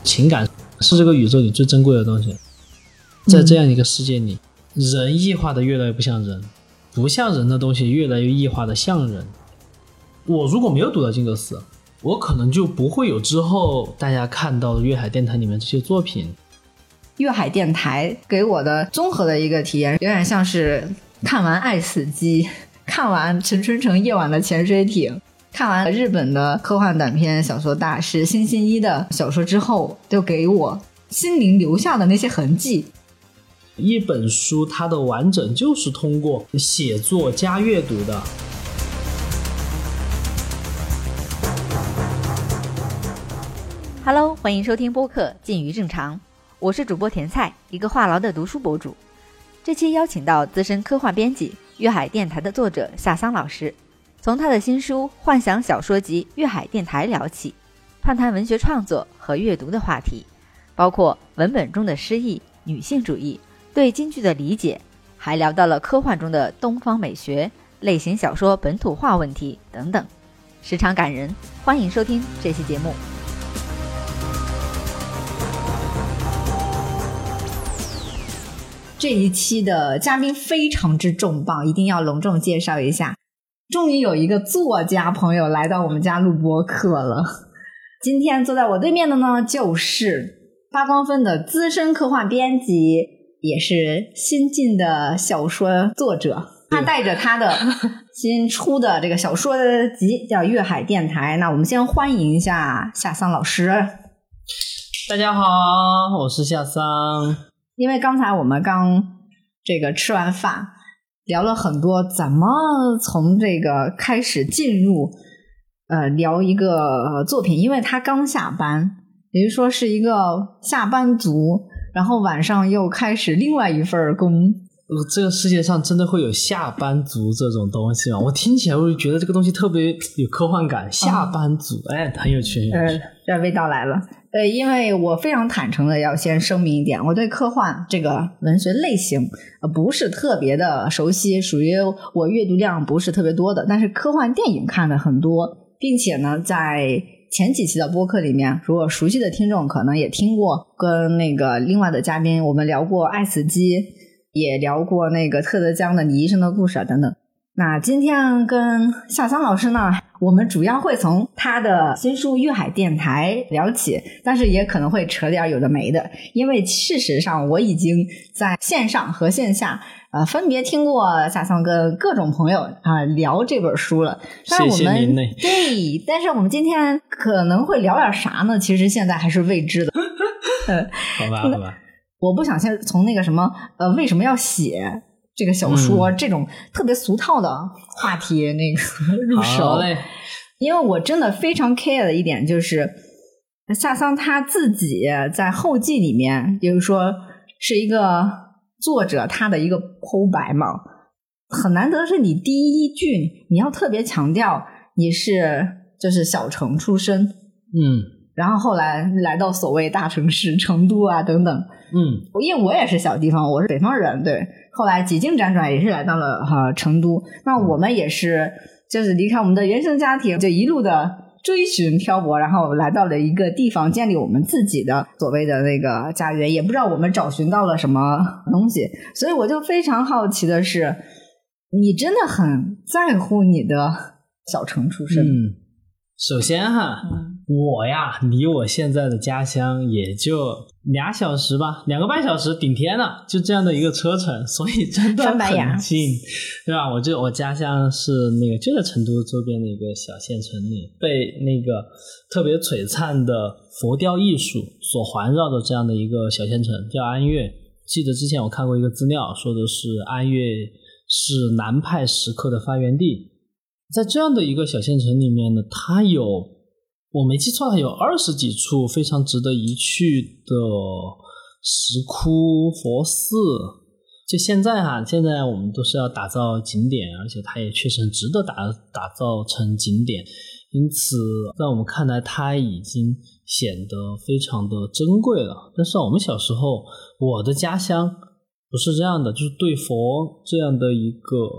情感是这个宇宙里最珍贵的东西。在这样一个世界里，人异化的越来越不像人，不像人的东西越来越异化的像人。我如果没有读到金阁寺，我可能就不会有之后大家看到的粤海电台里面这些作品。 粤海电台给我的综合的一个体验，有点像是看完《爱死机》，看完陈春成夜晚的潜水艇，看完日本的科幻短篇小说大师辛信一的小说之后，就给我心灵留下的那些痕迹。 一本书它的完整就是通过写作加阅读的。 Hello， 欢迎收听播客近于正常，我是主播甜菜，一个话痨的读书博主。这期邀请到资深科幻编辑、粤海电台的作者夏桑老师，从他的新书《幻想小说集粤海电台》聊起，畅谈文学创作和阅读的话题，包括文本中的诗意、女性主义、对京剧的理解，还聊到了科幻中的东方美学、类型小说本土化问题等等，时常感人。欢迎收听这期节目。 这一期的嘉宾非常之重磅，一定要隆重介绍一下。终于有一个作家朋友来到我们家录播课了。今天坐在我对面的呢，就是八光分的资深科幻编辑，也是新晋的小说作者。他带着他的新出的这个小说集叫《粤海电台》。那我们先欢迎一下夏桑老师。 大家好，我是夏桑。 因为刚才我们刚这个吃完饭，聊了很多怎么从这个开始进入聊一个作品，因为他刚下班，也就是说是一个下班族，然后晚上又开始另外一份工。 这个世界上真的会有下班族这种东西吗？我听起来我就觉得这个东西特别有科幻感。下班族，很有趣， 这味道来了。因为我非常坦诚的要先声明一点，我对科幻这个文学类型不是特别的熟悉，属于我阅读量不是特别多的，但是科幻电影看的很多，并且呢在前几期的播客里面，如果熟悉的听众可能也听过，跟那个另外的嘉宾我们聊过《爱死机》，也聊过那个特德·江的《你医生的故事》等等。那今天跟夏桑老师呢，我们主要会从他的新书《粤海电台》聊起，但是也可能会扯点有的没的，因为事实上我已经在线上和线下分别听过夏桑跟各种朋友聊这本书了。但是我们谢谢您嘞。 对，但是我们今天可能会聊点啥呢？其实现在还是未知的。 好吧，好吧。 我不想先从那个什么为什么要写这个小说，这种特别俗套的话题那个入手。 好嘞。 因为我真的非常 care 的一点就是夏桑他自己在后记里面，比如说是一个作者他的一个剖白嘛，很难得是你第一句你要特别强调你是就是小城出身，然后后来来到所谓大城市成都啊等等，因为我也是小地方，我是北方人，对，后来几经辗转也是来到了成都。那我们也是就是离开我们的原生家庭，就一路的追寻漂泊，然后来到了一个地方，建立我们自己的所谓的那个家园，也不知道我们找寻到了什么东西。所以我就非常好奇的是，你真的很在乎你的小城出身。 首先我呀离我现在的家乡也就2小时吧，2个半小时顶天了，就这样的一个车程，所以真的很近，对吧？我家乡是那个就在成都周边的一个小县城里，被那个特别璀璨的佛雕艺术所环绕的这样的一个小县城叫安岳。记得之前我看过一个资料，说的是安岳是南派石刻的发源地。在这样的一个小县城里面呢，它有，我没记错，它有20几处非常值得一去的石窟佛寺。就现在我们都是要打造景点，而且它也确实很值得打造成景点，因此在我们看来它已经显得非常的珍贵了。但是我们小时候，我的家乡不是这样的，就是对佛这样的一个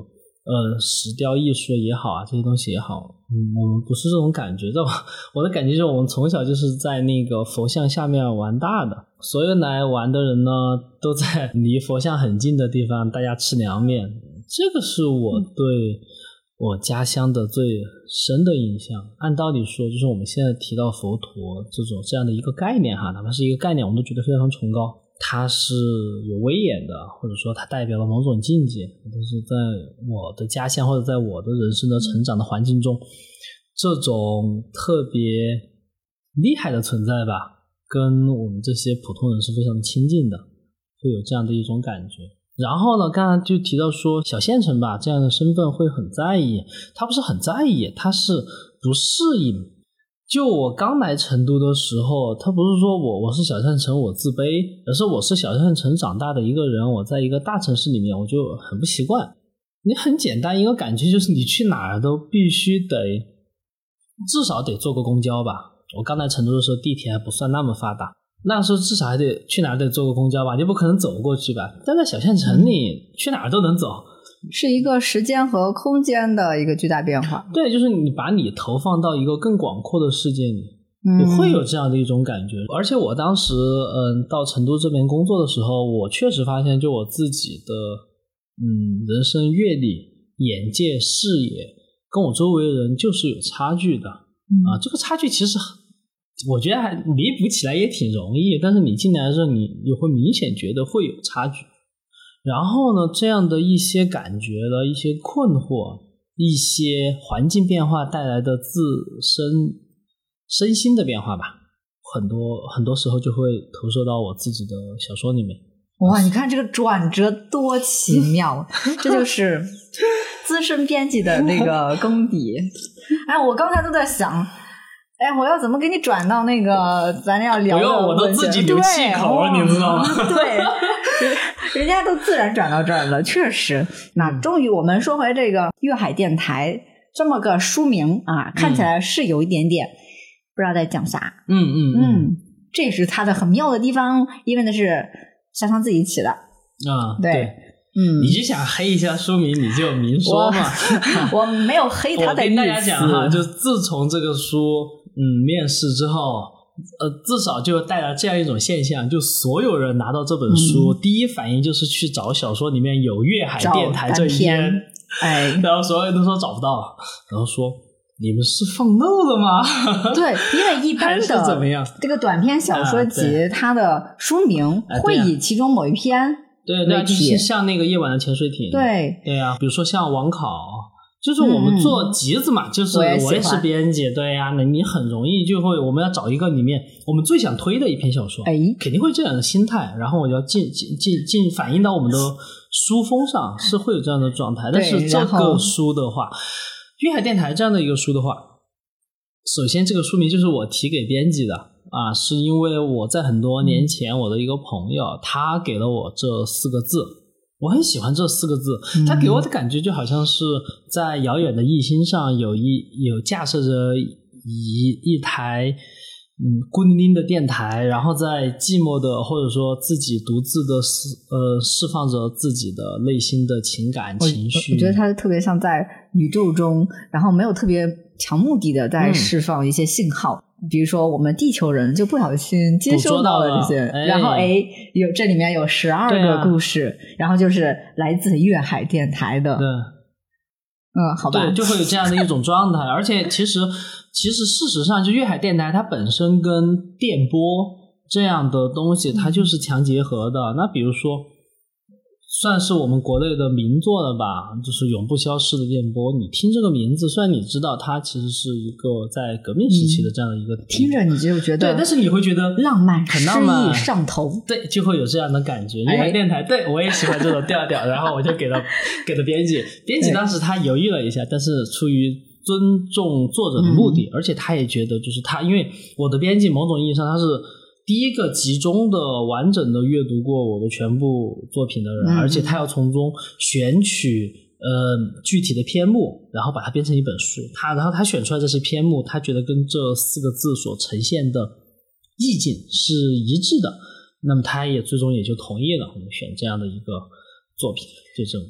石雕艺术也好啊，这些东西也好，我们不是这种感觉。我的感觉就是我们从小就是在那个佛像下面玩大的，所有来玩的人呢都在离佛像很近的地方大家吃凉面，这个是我对我家乡的最深的印象。按道理说，就是我们现在提到佛陀这样的一个概念哈，哪怕是一个概念我们都觉得非常崇高，它是有威严的，或者说它代表了某种境界，但是在我的家乡或者在我的人生的成长的环境中，这种特别厉害的存在吧，跟我们这些普通人是非常亲近的，会有这样的一种感觉。然后呢，刚才就提到说小县城吧，这样的身份会很在意，他不是很在意，他是不适应。就我刚来成都的时候，他不是说我是小县城我自卑，而是我是小县城长大的一个人，我在一个大城市里面我就很不习惯。你很简单一个感觉就是你去哪儿都必须至少得坐个公交吧。我刚来成都的时候地铁还不算那么发达，那时候至少还得去哪儿得坐个公交吧，你不可能走过去吧。但在小县城里去哪儿都能走， 是一个时间和空间的一个巨大变化。 对，就是你把你投放到一个更广阔的世界里，你会有这样的一种感觉。而且我当时到成都这边工作的时候，我确实发现就我自己的人生阅历、眼界、视野跟我周围人就是有差距的这个差距其实我觉得还弥补起来也挺容易，但是你进来的时候你会明显觉得会有差距。然后呢，这样的一些感觉的一些困惑，一些环境变化带来的自身心的变化吧，很多时候就会投射到我自己的小说里面。 哇，你看这个转折多奇妙这就是资深编辑的那个功底。哎，我刚才都在想，我要怎么给你转到那个咱要聊的？ 不用，我都自己流气口了，你知道吗？ 对，人家都自然转到这儿了，确实。那终于我们说回这个粤海电台这么个书名啊，看起来是有一点点不知道在讲啥。这是它的很妙的地方，因为那是夏桑自己起的对。 你就想黑一下书名，你就明说嘛。 我没有黑他的意思。 我跟大家讲哈，就自从这个书面世之后，至少就带来这样一种现象，就所有人拿到这本书，第一反应就是去找小说里面有粤海电台这一篇，然后所有人都说找不到，然后说你们是放漏了吗？ 对，因为一般的怎么样这个短篇小说集，它的书名会以其中某一篇。 对，就是像那个夜晚的潜水艇。对啊，比如说像网考，就是我们做集子嘛，就是我也是编辑，对啊，那你很容易就会，我们要找一个里面我们最想推的一篇小说，肯定会这样的心态，然后我就要进反映到我们的书风上，是会有这样的状态。但是这个书的话，粤海电台这样的一个书的话，首先这个书名就是我提给编辑的。是因为我在很多年前我的一个朋友他给了我这4个字，我很喜欢这4个字，他给我的感觉就好像是在遥远的异星上有架设着一台孤零零的电台，然后在寂寞的或者说自己独自的释放着自己的内心的情感情绪。 我觉得它特别像在宇宙中，然后没有特别强目的的在释放一些信号，比如说我们地球人就不小心接收到了这些，然后这里面有12个故事，然后就是来自粤海电台的。 对， 好吧， 对，就会有这样的一种状态。而且其实事实上就粤海电台它本身跟电波这样的东西它就是强结合的。那比如说算是我们国内的名作了吧，就是永不消逝的电波。你听这个名字，虽然你知道它其实是一个在革命时期的这样的一个听着你就觉得对，但是你会觉得浪漫很浪漫上头， 对，就会有这样的感觉。粤海电台，对，我也喜欢这种调调，然后我就给了编辑当时他犹豫了一下，但是出于尊重作者的目的，而且他也觉得就是他，因为我的编辑某种意义上他是第一个集中的完整的阅读过我的全部作品的人，而且他要从中选取具体的篇目，然后把它编成一本书。然后他选出来这些篇目，他觉得跟这4个字所呈现的意境是一致的，那么他也最终也就同意了我们选这样的一个作品，就这种。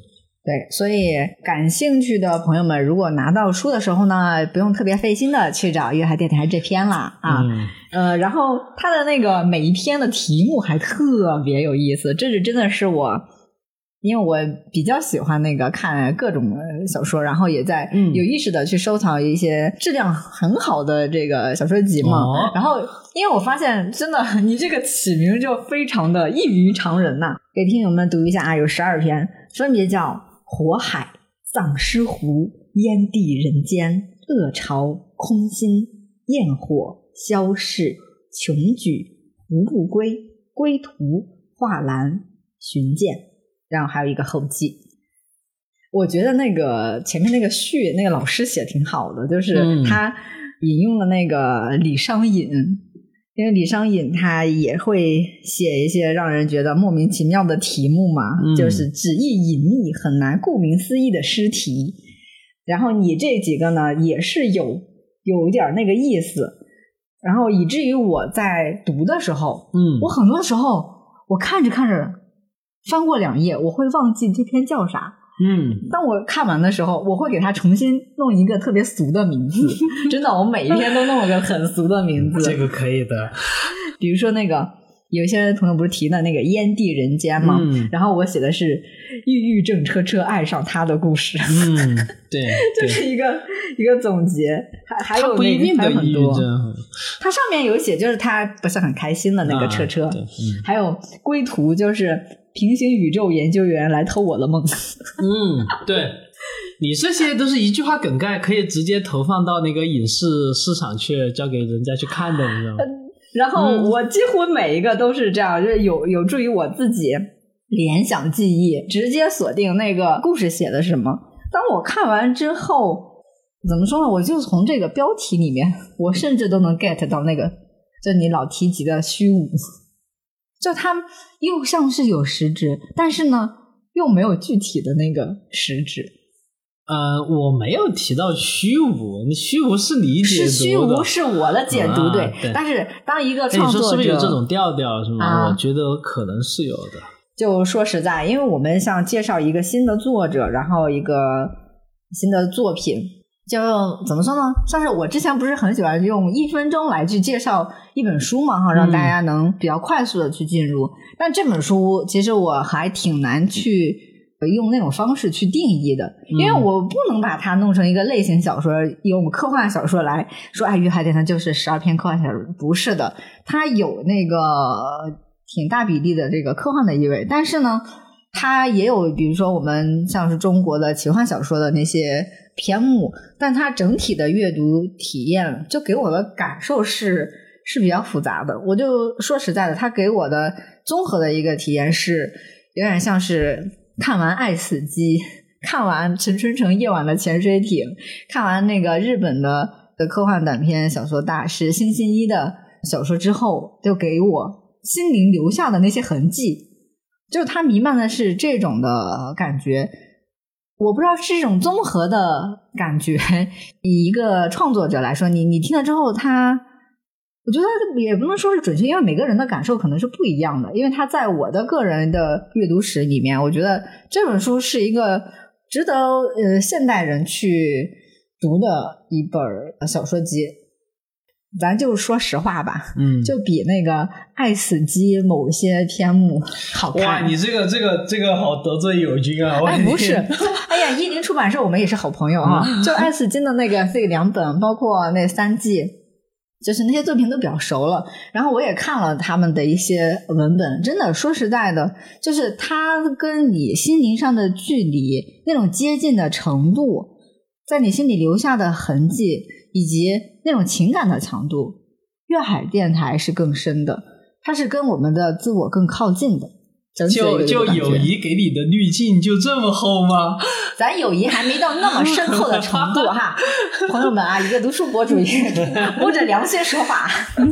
对，所以感兴趣的朋友们，如果拿到书的时候呢，不用特别费心的去找粤海电台这篇了啊。然后它的那个每一篇的题目还特别有意思，这是真的是我，因为我比较喜欢那个看各种小说，然后也在有意识的去收藏一些质量很好的这个小说集嘛。然后因为我发现真的你这个起名就非常的异于常人呐，给听友们读一下啊，有12篇，分别叫火海、丧尸湖、烟地人间、恶潮、空心、焰火、消逝、穷举、胡不归、归途、画栏、寻见，然后还有一个后记。我觉得那个前面那个序那个老师写挺好的，就是他引用了那个李商隐，因为李商隐他也会写一些让人觉得莫名其妙的题目嘛，就是旨意隐秘很难顾名思义的诗题，然后你这几个呢也是有一点那个意思，然后以至于我在读的时候我很多时候我看着看着翻过2页我会忘记这篇叫啥，当我看完的时候我会给它重新弄一个特别俗的名字真的我每一篇都弄了个很俗的名字这个可以的，比如说那个有些朋友不是提的那个烟地人间吗，然后我写的是郁郁正车车爱上他的故事对就是一个总结，还有不一定的很多，它上面有写就是他不是很开心的那个车车还有归途就是平行宇宙研究员来偷我的梦对，你这些都是一句话梗概，可以直接投放到那个影视市场去交给人家去看的，你知道吗？ 然后我几乎每一个都是这样，就是有助于我自己联想记忆，直接锁定那个故事写的什么。当我看完之后怎么说呢，我就从这个标题里面我甚至都能 get 到那个就你老提及的虚无，就它又像是有实质，但是呢又没有具体的那个实质。 我没有提到虚无，你虚无是你解读的，是虚无是我的解读，对。但是当一个创作者， 你说是不是有这种调调是吗？我觉得可能是有的。 就说实在，因为我们想介绍一个新的作者，然后一个新的作品，就怎么说呢？像是我之前不是很喜欢用1分钟来去介绍一本书嘛，让大家能比较快速的去进入。但这本书其实我还挺难去用那种方式去定义的，因为我不能把它弄成一个类型小说，用科幻小说来说，粤海电台就是12篇科幻小说，不是的，它有那个挺大比例的这个科幻的意味，但是呢它也有比如说我们像是中国的奇幻小说的那些篇目，但它整体的阅读体验就给我的感受是比较复杂的。我就说实在的，它给我的综合的一个体验是有点像是看完爱死机，看完陈春成夜晚的潜水艇，看完那个日本的科幻短篇小说大师星星一的小说之后，就给我心灵留下的那些痕迹，就是它弥漫的是这种的感觉。我不知道是一种综合的感觉，以一个创作者来说，你听了之后我觉得也不能说是准确，因为每个人的感受可能是不一样的。因为他在我的个人的阅读史里面，我觉得这本书是一个值得现代人去读的一本小说集。咱就说实话吧，就比那个爱死机某些篇目好看。 哇，你这个好得罪友军啊！ 不是，哎呀，译林出版社我们也是好朋友啊。就爱死机的那2本，包括那3季。就是那些作品都比较熟了，然后我也看了他们的一些文本，真的说实在的，就是它跟你心灵上的距离那种接近的程度，在你心里留下的痕迹以及那种情感的强度，粤海电台是更深的，它是跟我们的自我更靠近的。 就友谊给你的滤镜就这么厚吗？ 咱友谊还没到那么深厚的程度哈，朋友们啊，一个读书博主摸着良心说话。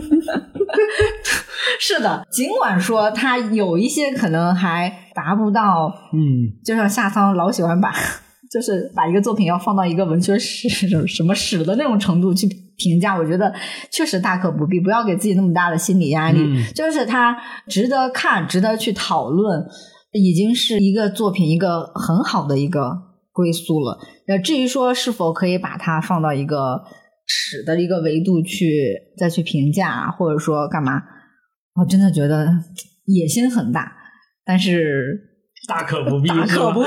是的，尽管说他有一些可能还达不到，就像夏桑老喜欢就是把一个作品要放到一个文学史什么史的那种程度去评价，我觉得确实大可不必，不要给自己那么大的心理压力。就是它值得看，值得去讨论， 已经是一个作品一个很好的一个归宿了。至于说是否可以把它放到一个史的一个维度去再去评价，或者说干嘛，我真的觉得野心很大，但是大可不必， 大可不必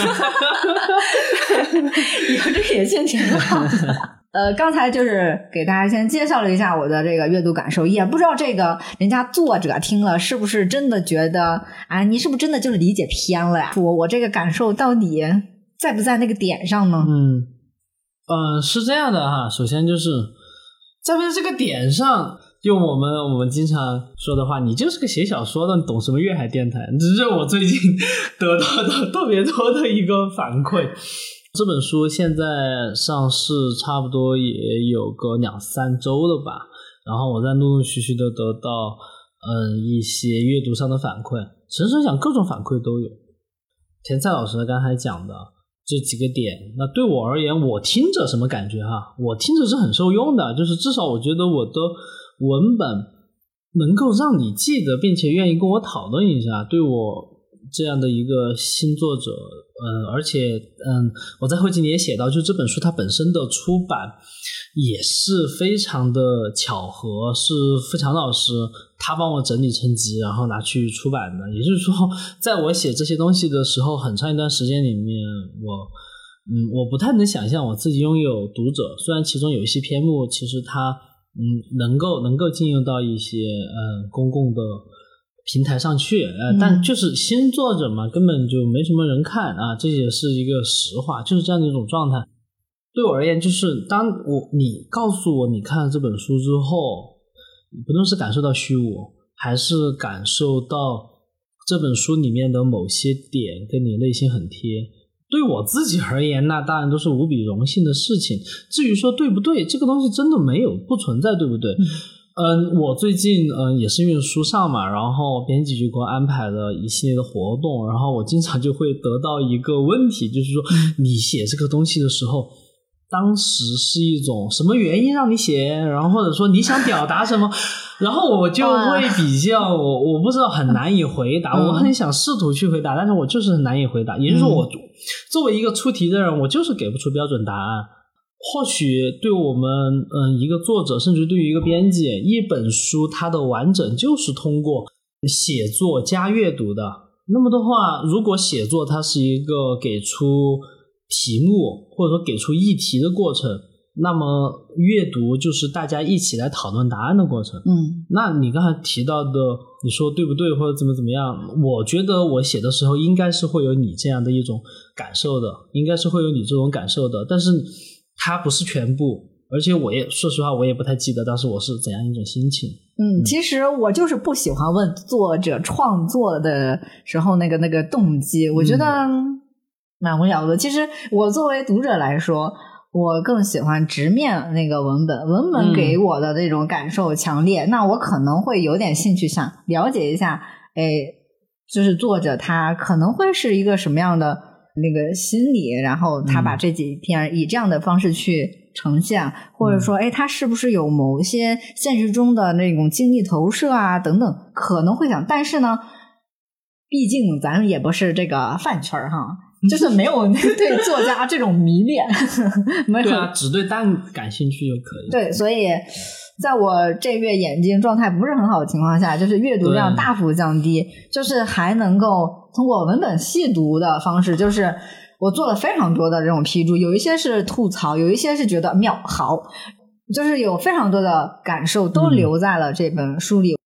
有这野心挺好的。刚才就是给大家先介绍了一下我的这个阅读感受，也不知道这个人家作者听了是不是真的觉得啊，你是不是真的就是理解偏了呀？我这个感受到底在不在那个点上呢？ 是这样的哈。首先就是在不在这个点上，用我们经常说的话，你就是个写小说的，你懂什么粤海电台？这是我最近得到的特别多的一个反馈。这本书现在上市差不多也有个2-3周了吧，然后我在陆陆续续的得到一些阅读上的反馈，陈生讲各种反馈都有。田菜老师刚才讲的这几个点，那对我而言，我听着什么感觉哈？我听着是很受用的，就是至少我觉得我的文本能够让你记得，并且愿意跟我讨论一下，对我这样的一个新作者，而且我在后记里也写到，就这本书它本身的出版也是非常的巧合，是付强老师他帮我整理成集，然后拿去出版的。也就是说，在我写这些东西的时候，很长一段时间里面，我不太能想象我自己拥有读者，虽然其中有一些篇目其实它能够进入到一些公共的平台上去，但就是新作者嘛，根本就没什么人看啊，这也是一个实话，就是这样的一种状态。对我而言，就是当你告诉我你看了这本书之后，不论是感受到虚无，还是感受到这本书里面的某些点跟你内心很贴，对我自己而言，那当然都是无比荣幸的事情。至于说对不对，这个东西真的没有不存在对不对。我最近也是因为书上嘛，然后编辑就给我安排了一系列的活动，然后我经常就会得到一个问题，就是说你写这个东西的时候，当时是一种什么原因让你写，然后或者说你想表达什么，然后我就会比较我不知道，很难以回答。我很想试图去回答，但是我就是很难以回答。也就是说，我作为一个出题的人，我就是给不出标准答案。或许对我们一个作者，甚至对于一个编辑，一本书它的完整就是通过写作加阅读的。那么的话，如果写作它是一个给出题目或者说给出议题的过程，那么阅读就是大家一起来讨论答案的过程。那你刚才提到的，你说对不对或者怎么样，我觉得我写的时候应该是会有你这样的一种感受的，应该是会有你这种感受的，但是它不是全部，而且我也说实话，我也不太记得当时我是怎样一种心情。 其实我就是不喜欢问作者创作的时候那个动机，我觉得蛮无聊的。其实我作为读者来说，我更喜欢直面那个文本给我的那种感受强烈，那我可能会有点兴趣想了解一下，就是作者他可能会是一个什么样的那个心理，然后他把这几篇以这样的方式去呈现，或者说他是不是有某一些现实中的那种经历投射啊等等，可能会想。但是呢，毕竟咱也不是这个饭圈哈，就是没有对作家这种迷恋没有， 对啊，只对单感兴趣就可以。 对，所以在我这月眼睛状态不是很好的情况下，就是阅读量大幅降低，就是还能够通过文本细读的方式，就是我做了非常多的这种批注，有一些是吐槽，有一些是觉得妙好，就是有非常多的感受都留在了这本书里。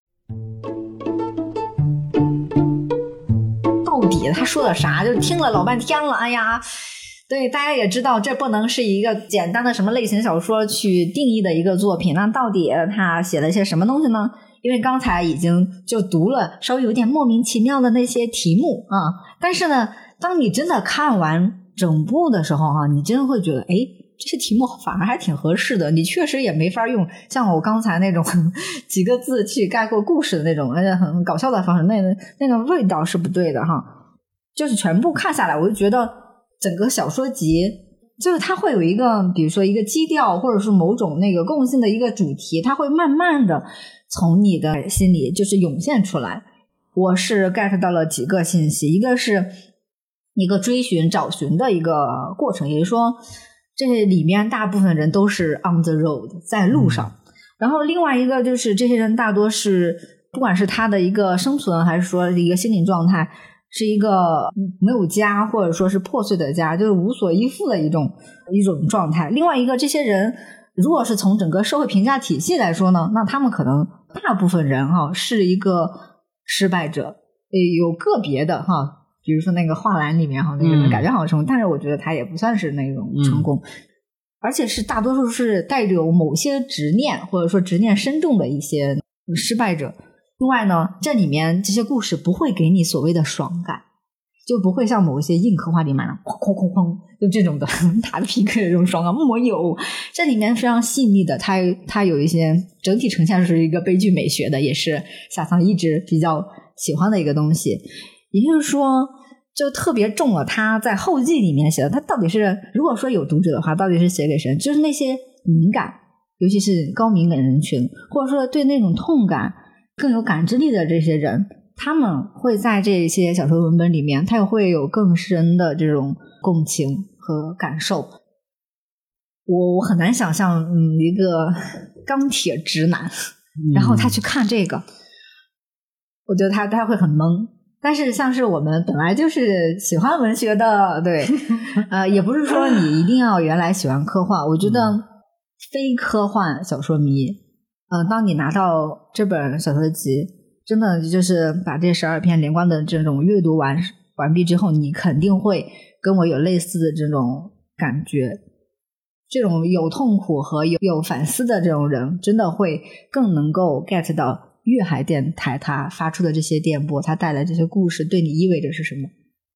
到底他说的啥，就听了老半天了，哎呀，对，大家也知道这不能是一个简单的什么类型小说去定义的一个作品，那到底他写了一些什么东西呢？因为刚才已经就读了稍微有点莫名其妙的那些题目啊，但是呢，当你真的看完整部的时候你真的会觉得这些题目反而还挺合适的，你确实也没法用像我刚才那种几个字去概括故事的那种很搞笑的方式，那个味道是不对的哈。就是全部看下来，我就觉得整个小说集就是它会有一个比如说一个基调，或者是某种那个共性的一个主题，它会慢慢的从你的心里就是涌现出来。 我是 get 到了几个信息，一个是一个追寻找寻的一个过程，也就是说这里面大部分人都是 on the road 在路上，然后另外一个就是这些人大多是不管是他的一个生存还是说一个心理状态是一个没有家或者说是破碎的家，就是无所依附的一种状态。另外一个这些人如果是从整个社会评价体系来说呢，那他们可能大部分人是一个失败者，有个别的比如说那个画栏里面那个人感觉好像成功，但是我觉得他也不算是那种成功，而且是大多数是带有某些执念或者说执念深重的一些失败者。另外呢，这里面这些故事不会给你所谓的爽感，就不会像某一些硬科幻里面哐哐哐哐就这种的打的皮克的这种爽感，没有。这里面非常细腻的，它有一些整体呈现是一个悲剧美学的，也是夏桑一直比较喜欢的一个东西。也就是说就特别中了他在后记里面写的，他到底是如果说有读者的话到底是写给谁，就是那些敏感尤其是高敏感人群，或者说对那种痛感更有感知力的这些人，他们会在这些小说文本里面他也会有更深的这种共情和感受。我很难想象一个钢铁直男然后他去看这个，我觉得他会很懵。但是像是我们本来就是喜欢文学的，对也不是说你一定要原来喜欢科幻，我觉得非科幻小说迷当你拿到这本小说集，真的就是把这12篇连贯的这种阅读完毕之后，你肯定会跟我有类似的这种感觉。这种有痛苦和有反思的这种人，真的会更能够 get 到粤海电台它发出的这些电波，它带来这些故事对你意味着是什么。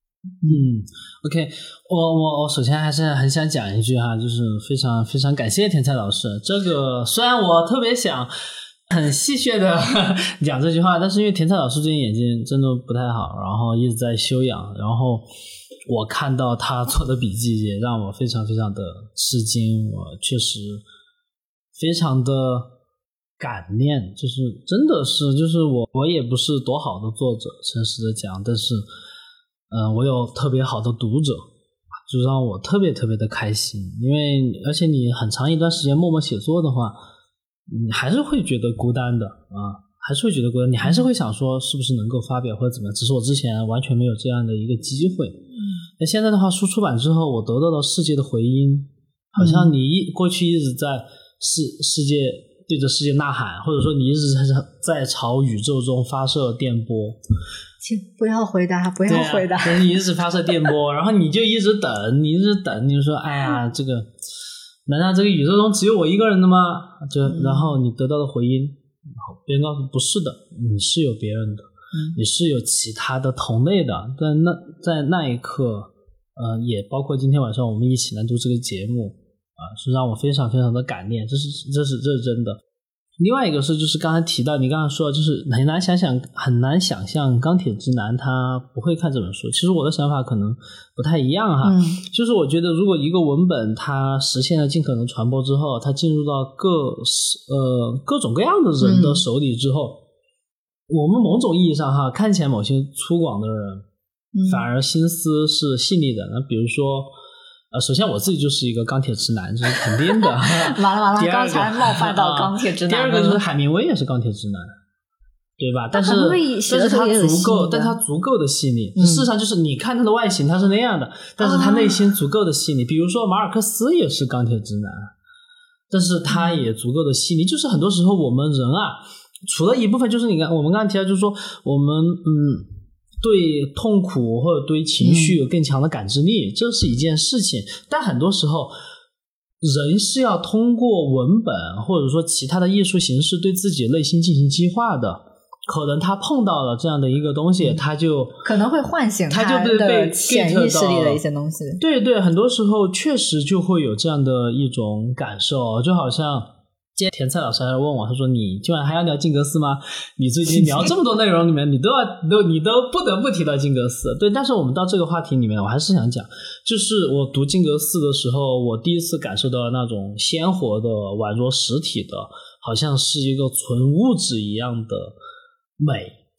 OK， 我首先还是很想讲一句就是非常非常感谢甜菜老师。这个虽然我特别想很戏谑的讲这句话，但是因为甜菜老师最近眼睛真的不太好，然后一直在休养，然后我看到他做的笔记也让我非常非常的吃惊，我确实非常的感念，就是真的是就是我也不是多好的作者，诚实的讲，但是我有特别好的读者，就让我特别特别的开心。因为而且你很长一段时间默默写作的话，你还是会觉得孤单的还是会觉得孤单，你还是会想说是不是能够发表或者怎么样，只是我之前完全没有这样的一个机会。那现在的话书出版之后，我得到了世界的回音，好像你过去一直在世界对着世界呐喊，或者说你一直在朝宇宙中发射电波。 请不要回答，不要回答。 你一直发射电波，然后你就一直等，你就说哎呀，这个难道这个宇宙中只有我一个人的吗？然后你得到的回音，别人告诉你不是的，你是有别人的，你是有其他的同类的。但在那一刻也包括今天晚上我们一起来录这个节目是让我非常非常的感念，这是真的。另外一个是就是刚才提到你刚刚说的，就是很难想象钢铁直男他不会看这本书。其实我的想法可能不太一样就是我觉得如果一个文本它实现了尽可能传播之后，它进入到各种各样的人的手里之后，我们某种意义上看起来某些粗犷的人反而心思是细腻的。那比如说首先我自己就是一个钢铁直男，这是肯定的完了刚才冒犯到钢铁直男。 第二个就是海明威也是钢铁直男，对吧？但是他足够的细腻，事实上就是你看他的外形他是那样的，但是他内心足够的细腻。比如说马尔克斯也是钢铁直男，但是他也足够的细腻。就是很多时候我们人除了一部分就是我们刚才提到，就是说我们对痛苦或者对情绪有更强的感知力，这是一件事情。但很多时候人是要通过文本或者说其他的艺术形式对自己内心进行激化的，可能他碰到了这样的一个东西，他就可能会唤醒他就被潜意识里的一些东西。 对，很多时候确实就会有这样的一种感受。就好像今天甜菜老师还问我，他说你今晚还要聊金格斯吗？你最近聊这么多内容里面你都不得不提到金格斯。对，但是我们到这个话题里面我还是想讲，就是我读金格斯的时候，我第一次感受到那种鲜活的宛若实体的，好像是一个纯物质一样的美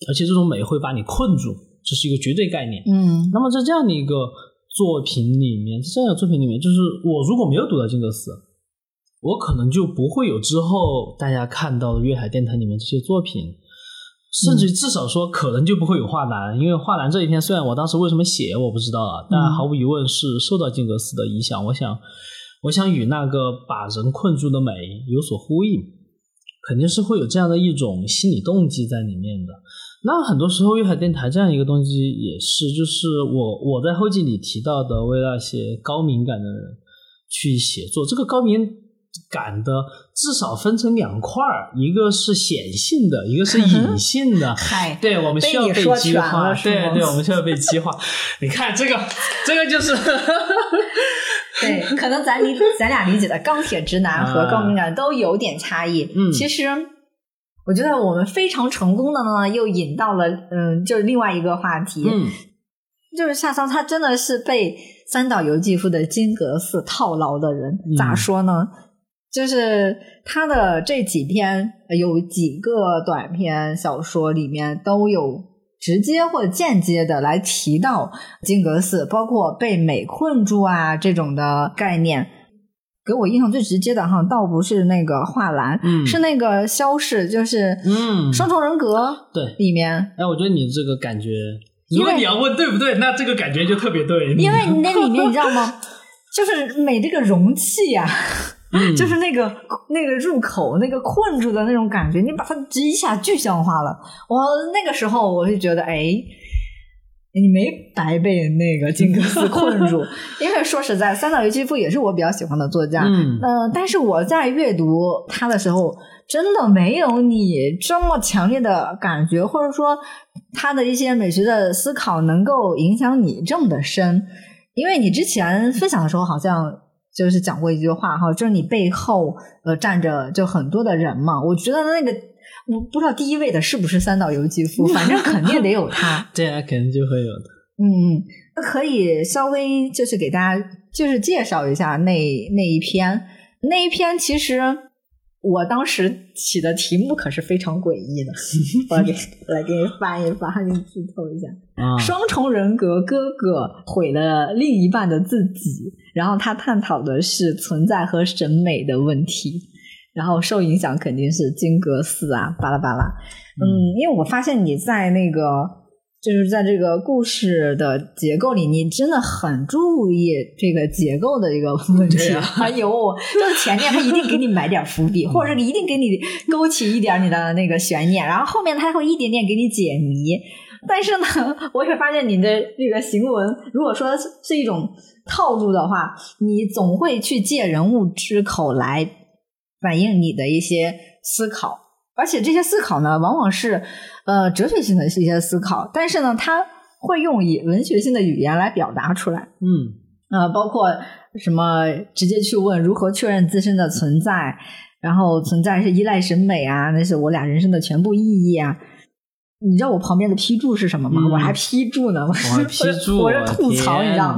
而且这种美会把你困住，这是一个绝对概念。那么在这样的一个作品里面，就是我如果没有读到金阁寺，我可能就不会有之后大家看到的粤海电台里面这些作品，甚至至少说可能就不会有画栏，因为画栏这一篇虽然我当时为什么写我不知道啊，但毫无疑问是受到金阁寺的影响。我想与那个把人困住的美有所呼应，肯定是会有这样的一种心理动机在里面的。那很多时候粤海电台这样一个东西也是，就是我在后记里提到的，为那些高敏感的人去写作，这个高敏感的至少分成2块，一个是显性的，一个是隐性的。对，我们需要被激化，对，我们需要被激化。你看这个就是对，可能咱俩理解的钢铁直男和高敏感都有点差异。其实我觉得我们非常成功的呢，又引到了就是另外一个话题。就是夏桑他真的是被三岛由纪夫的金阁寺套牢的人。咋说呢？就是他的这几篇有几个短篇小说里面都有直接或间接的来提到金阁寺，包括被美困住啊这种的概念。给我印象最直接的哈，倒不是那个画栏，是那个消逝，就是双重人格对里面。 我觉得你这个感觉，如果你要问对不对，那这个感觉就特别对。 因为那里面你知道吗？就是美这个容器啊。就是那个入口那个困住的那种感觉，你把它一下具象化了。我那个时候我就觉得，你没白被那个金阁寺困住。因为说实在，三岛由纪夫也是我比较喜欢的作家。但是我在阅读他的时候，真的没有你这么强烈的感觉，或者说他的一些美学的思考能够影响你这么的深。因为你之前分享的时候好像就是讲过一句话哈，就是你背后站着就很多的人嘛。我觉得那个我不知道第一位的是不是三岛由纪夫，反正肯定得有他。 对啊，肯定就会有的。 可以稍微就是给大家就是介绍一下那一篇。那一篇其实我当时起的题目可是非常诡异的。我来给你翻一翻，给你剧透一下。双重人格哥哥毁了另一半的自己，然后他探讨的是存在和审美的问题，然后受影响肯定是金阁寺啊巴拉巴拉。因为我发现你在那个就是在这个故事的结构里，你真的很注意这个结构的一个问题。还有就是前面他一定给你埋点伏笔，或者是一定给你勾起一点你的那个悬念，然后后面他会一点点给你解谜。但是呢，我也发现你的这个行文，如果说是一种套路的话，你总会去借人物之口来反映你的一些思考，而且这些思考呢，往往是哲学性的一些思考，但是呢，它会用以文学性的语言来表达出来。包括什么直接去问如何确认自身的存在，然后存在是依赖审美啊，那是我俩人生的全部意义啊。你知道我旁边的批注是什么吗？我还批注呢，我是吐槽，你知道吗？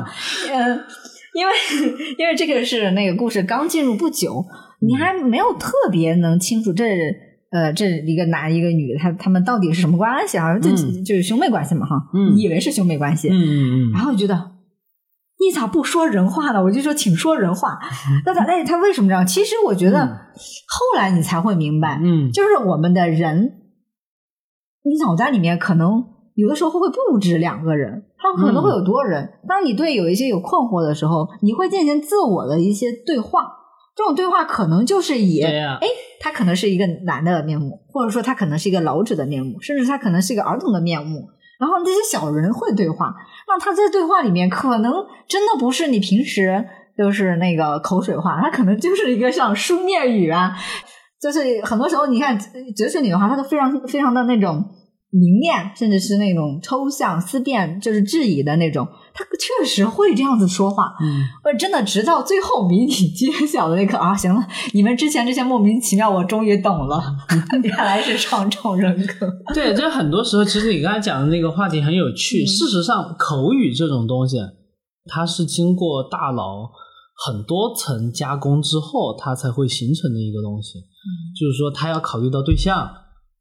因为这个是那个故事刚进入不久，你还没有特别能清楚这一个男一个女他们到底是什么关系啊？就是兄妹关系嘛哈，你以为是兄妹关系，然后觉得你咋不说人话呢？我就说请说人话。那他为什么这样？其实我觉得后来你才会明白，就是我们的人。你脑袋里面可能有的时候会不止2个人，他可能会有多人。当你对有一些有困惑的时候，你会进行自我的一些对话，这种对话可能就是以他可能是一个男的面目，或者说他可能是一个老者的面目，甚至他可能是一个儿童的面目，然后这些小人会对话，那他在对话里面可能真的不是你平时就是那个口水话，他可能就是一个像书面语啊。就是很多时候你看哲学里的话，它都非常非常的那种凝练，甚至是那种抽象思辨，就是质疑的那种，他确实会这样子说话。真的直到最后谜底揭晓的那刻行了，你们之前这些莫名其妙我终于懂了，原来是双重人格。 对，就很多时候其实你刚才讲的那个话题很有趣。事实上口语这种东西它是经过大脑很多层加工之后它才会形成的一个东西。就是说它要考虑到对象，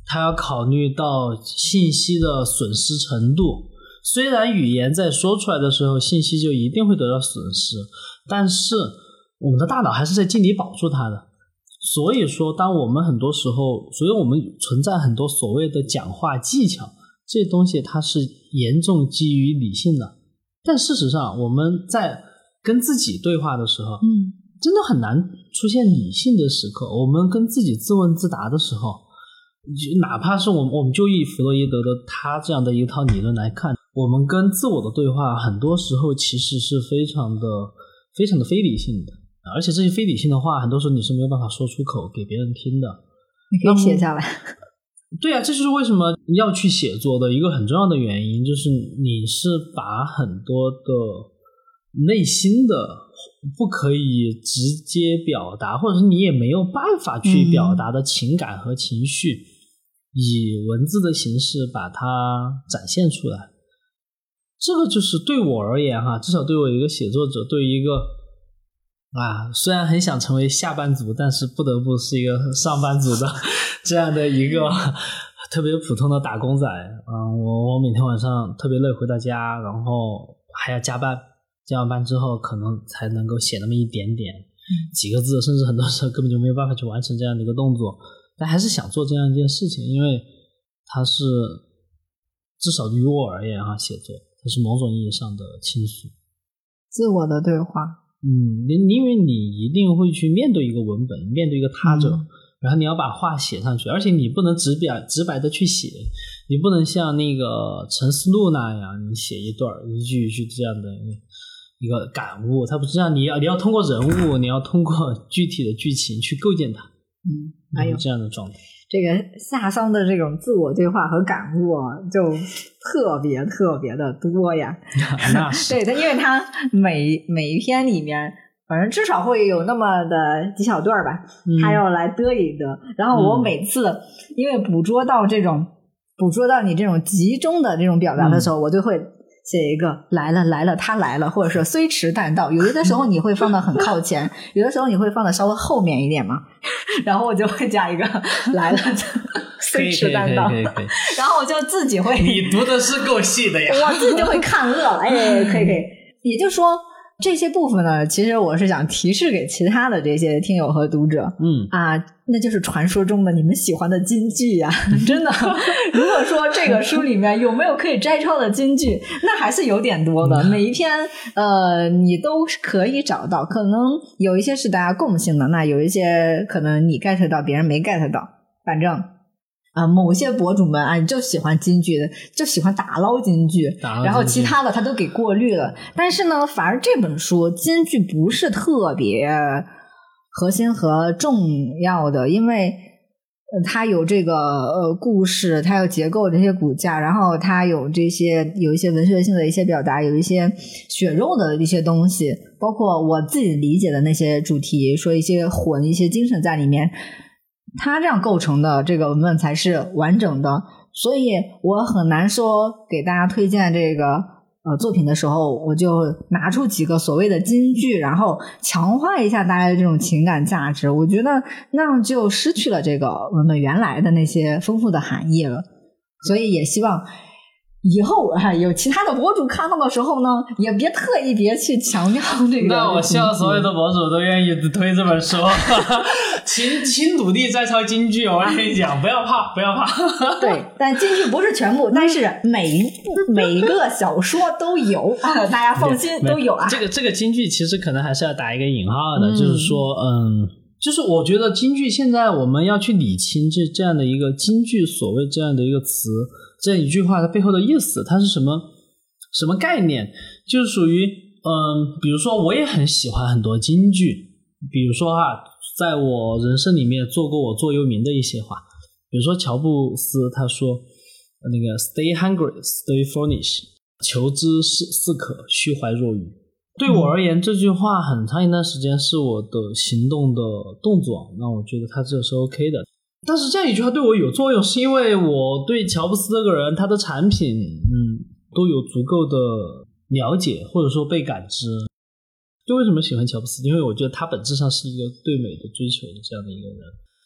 他要考虑到信息的损失程度。虽然语言在说出来的时候信息就一定会得到损失，但是我们的大脑还是在尽力保住它的。所以说当我们很多时候，所以我们存在很多所谓的讲话技巧，这些东西它是严重基于理性的。但事实上我们在跟自己对话的时候，真的很难出现理性的时刻。我们跟自己自问自答的时候，哪怕是我们就以弗洛伊德的他这样的一套理论来看，我们跟自我的对话很多时候其实是非常的非理性的，而且这些非理性的话很多时候你是没有办法说出口给别人听的。 你可以写下来。 对啊，这就是为什么要去写作的一个很重要的原因，就是你是把很多的内心的不可以直接表达，或者是你也没有办法去表达的情感和情绪，以文字的形式把它展现出来。这个就是对我而言至少对我一个写作者，对于一个虽然很想成为下班族，但是不得不是一个上班族的这样的一个特别普通的打工仔。我每天晚上特别累回到家，然后还要加班，加完班之后可能才能够写那么一点点几个字，甚至很多时候根本就没有办法去完成这样的一个动作，但还是想做这样一件事情，因为它是至少于我而言写作它是某种意义上的倾诉， 自我的对话。 因为你一定会去面对一个文本，面对一个他者，然后你要把话写上去，而且你不能直白的去写，你不能像那个陈思路那样，你写一段一句一句这样的一个感悟，它不是这样，你要通过人物，你要通过具体的剧情去构建它，还有这样的状态。 这个夏桑的这种自我对话和感悟就特别的多呀。 那是对，因为他每一篇里面反正至少会有那么的几小段吧，他要来嘚一嘚，然后我每次因为捕捉到你这种集中的这种表达的时候，我就会写一个来了他来了，或者是虽迟但到，有的时候你会放到很靠前，有的时候你会放到稍微后面一点嘛，然后我就会加一个来了虽迟但到，然后我就自己会， 你读的是够细的呀， 我自己就会看乐了。可以，也就是说这些部分呢，其实我是想提示给其他的这些听友和读者，那就是传说中的你们喜欢的金句呀，真的。如果说这个书里面有没有可以摘抄的金句，那还是有点多的。每一篇你都可以找到，可能有一些是大家共性的，那有一些可能你 get 到，别人没 get 到，反正。某些博主们就喜欢金句的，就喜欢打捞金句，然后其他的他都给过滤了。但是呢，反而这本书金句不是特别核心和重要的，因为它有这个故事，它有结构这些骨架，然后它有一些文学性的一些表达，有一些血肉的一些东西，包括我自己理解的那些主题，说一些魂一些精神在里面。它这样构成的这个文本才是完整的，所以我很难说给大家推荐这个作品的时候，我就拿出几个所谓的金句，然后强化一下大家的这种情感价值。我觉得那样就失去了这个文本原来的那些丰富的含义了。所以也希望以后有其他的博主看到的时候呢，也别特意去强调这个。 那我希望所有的博主都愿意推这本书，请努力摘抄金句。我跟你讲，不要怕。 对，但金句不是全部，但是每一个小说都有，大家放心，都有啊。 这个金句其实可能还是要打一个引号的，就是说，就是我觉得金句现在我们要去理清这样的一个金句，所谓这样的一个词。这一句话它背后的意思，它是什么概念？就是属于比如说我也很喜欢很多金句，比如说在我人生里面做过我座右铭的一些话，比如说乔布斯他说那个 Stay hungry, stay foolish， 求知似渴，虚怀若愚。对我而言，这句话很长一段时间是我的行动的动作，那我觉得它这是 OK 的。但是这样一句话对我有作用，是因为我对乔布斯这个人他的产品都有足够的了解，或者说被感知。就为什么喜欢乔布斯，因为我觉得他本质上是一个对美的追求的这样的一个人。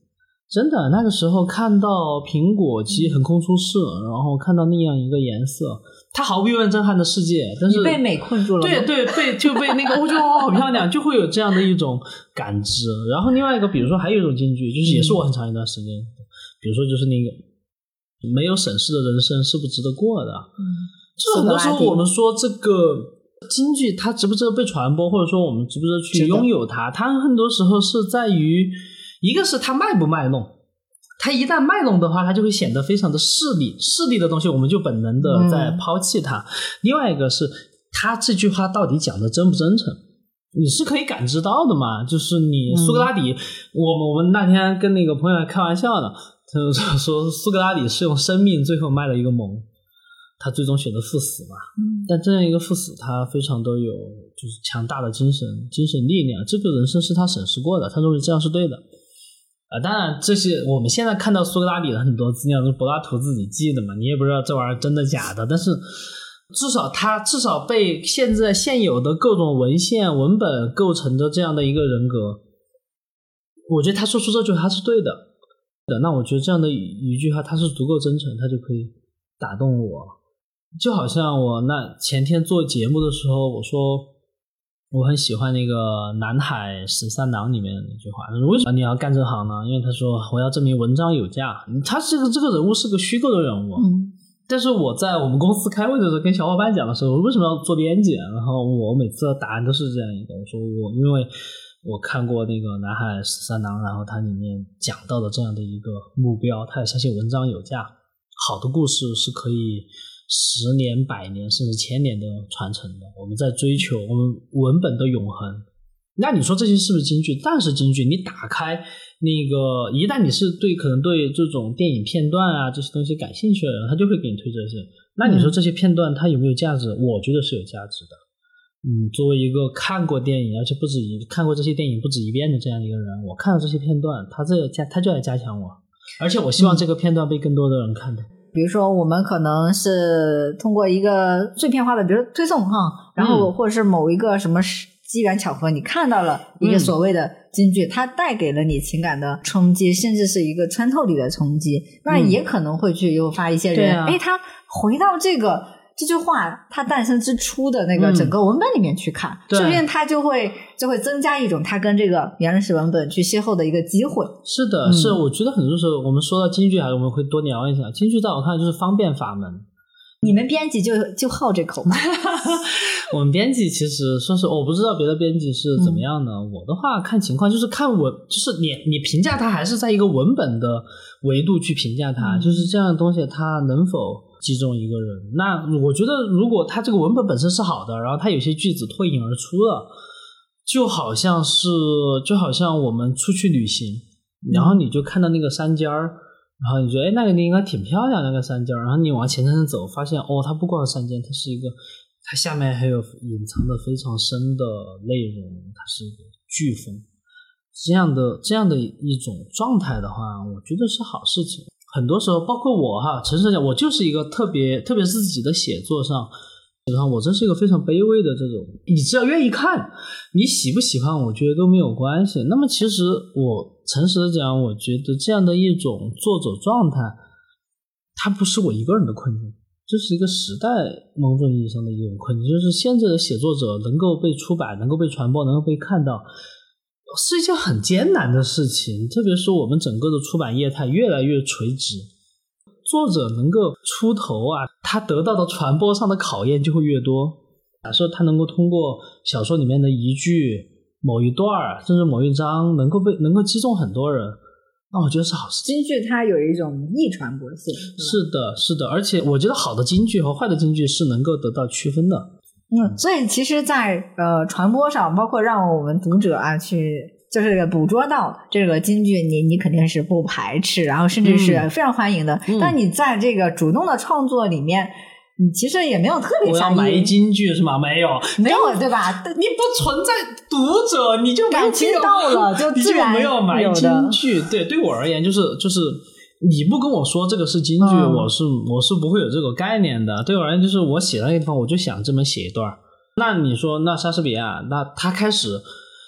真的，那个时候看到苹果机横空出世，然后看到那样一个颜色，它毫无疑问震撼的世界，但是你被美困住了吗？ 对，被那个我觉得好漂亮，就会有这样的一种感知。然后另外一个，比如说还有一种京剧，就是也是我很长一段时间，比如说就是那个没有审视的人生是不值得过的。就是很多时候我们说这个京剧它值不值得被传播，或者说我们值不值得去拥有它，它很多时候是在于一个是它卖不卖弄，它一旦卖弄的话，它就会显得非常的势利的东西我们就本能的在抛弃它。另外一个是它这句话到底讲的真不真诚，你是可以感知到的嘛。就是你苏格拉底，我们那天跟那个朋友开玩笑的，他就说苏格拉底是用生命最后卖了一个盟，他最终选择赴死嘛。但这样一个赴死，他非常都有就是强大的精神力量，这个人生是他审视过的，他认为这样是对的。当然这些我们现在看到苏格拉底的很多资料是柏拉图自己记的嘛，你也不知道这玩意儿真的假的，但是至少被现有的各种文献文本构成的这样的一个人格，我觉得他说出这句话是对的。那我觉得这样的一句话他是足够真诚，他就可以打动我。就好像我那前天做节目的时候，我说我很喜欢那个南海13郎里面的那句话，为什么你要干这行呢？因为他说我要证明文章有价。他这个人物是个虚构的人物，但是我在我们公司开会的时候跟小伙伴讲的时候，我为什么要做编辑，然后我每次的答案都是这样一个，我说因为我看过那个南海13郎，然后它里面讲到的这样的一个目标，他也相信文章有价，好的故事是可以10年100年甚至1000年的传承的，我们在追求我们文本的永恒。那你说这些是不是京剧？当然是京剧。你打开那个，一旦你是可能对这种电影片段啊这些东西感兴趣的人，他就会给你推这些。那你说这些片段它有没有价值？我觉得是有价值的。作为一个看过电影而且看过这些电影不止一遍的这样一个人，我看到这些片段，他就来加强我，而且我希望这个片段被更多的人看到。 比如说我们可能是通过一个碎片化的比如说推送然后或者是某一个什么机缘巧合你看到了一个所谓的京剧，它带给了你情感的冲击，甚至是一个穿透力的冲击，那也可能会去诱发一些人他回到这句话它诞生之初的那个整个文本里面去看，说不定它就会增加一种它跟这个原始文本去邂逅的一个机会。是的，是我觉得很多时候我们说到京剧我们会多聊一下，京剧在我看就是方便法门。 你们编辑就好这口吗？ 我们编辑其实说是我不知道别的编辑是怎么样的，我的话看情况，就是看就是你评价它还是在一个文本的维度去评价它，就是这样的东西它能否击中一个人。那我觉得如果它这个文本本身是好的，然后它有些句子脱颖而出了，就好像我们出去旅行，然后你就看到那个山尖儿，然后你觉得那个地应该挺漂亮那个山尖，然后你往前走发现它不光是山尖，它是一个，它下面还有隐藏的非常深的内容，它是一个飓风，这样的一种状态的话，我觉得是好事情。很多时候包括我诚实讲，我就是一个特别是自己的写作上，我真是一个非常卑微的这种，你只要愿意看，你喜不喜欢我觉得都没有关系。那么其实我诚实的讲，我觉得这样的一种作者状态它不是我一个人的困境，这是一个时代某种意义上的一种困境，就是现在的写作者能够被出版，能够被传播，能够被看到，是一件很艰难的事情。特别是我们整个的出版业态越来越垂直，作者能够出头他得到的传播上的考验就会越多。假设他能够通过小说里面的一句某一段甚至某一章能够击中很多人，那我觉得是好事情。 京剧它有一种易传播性。 是的，而且我觉得好的京剧和坏的京剧是能够得到区分的。 所以其实在传播上，包括让我们读者去就是捕捉到这个京剧，你肯定是不排斥，然后甚至是非常欢迎的。但你在这个主动的创作里面，你其实也没有特别强我要买一京剧是吗？没有对吧？ 你不存在读者，你就没有感情到了，就自然没有买京剧。对我而言就是你不跟我说这个是京剧，我是不会有这个概念的。对我而言就是我写那个地方我就想这么写一段。那你说那莎士比亚，那他开始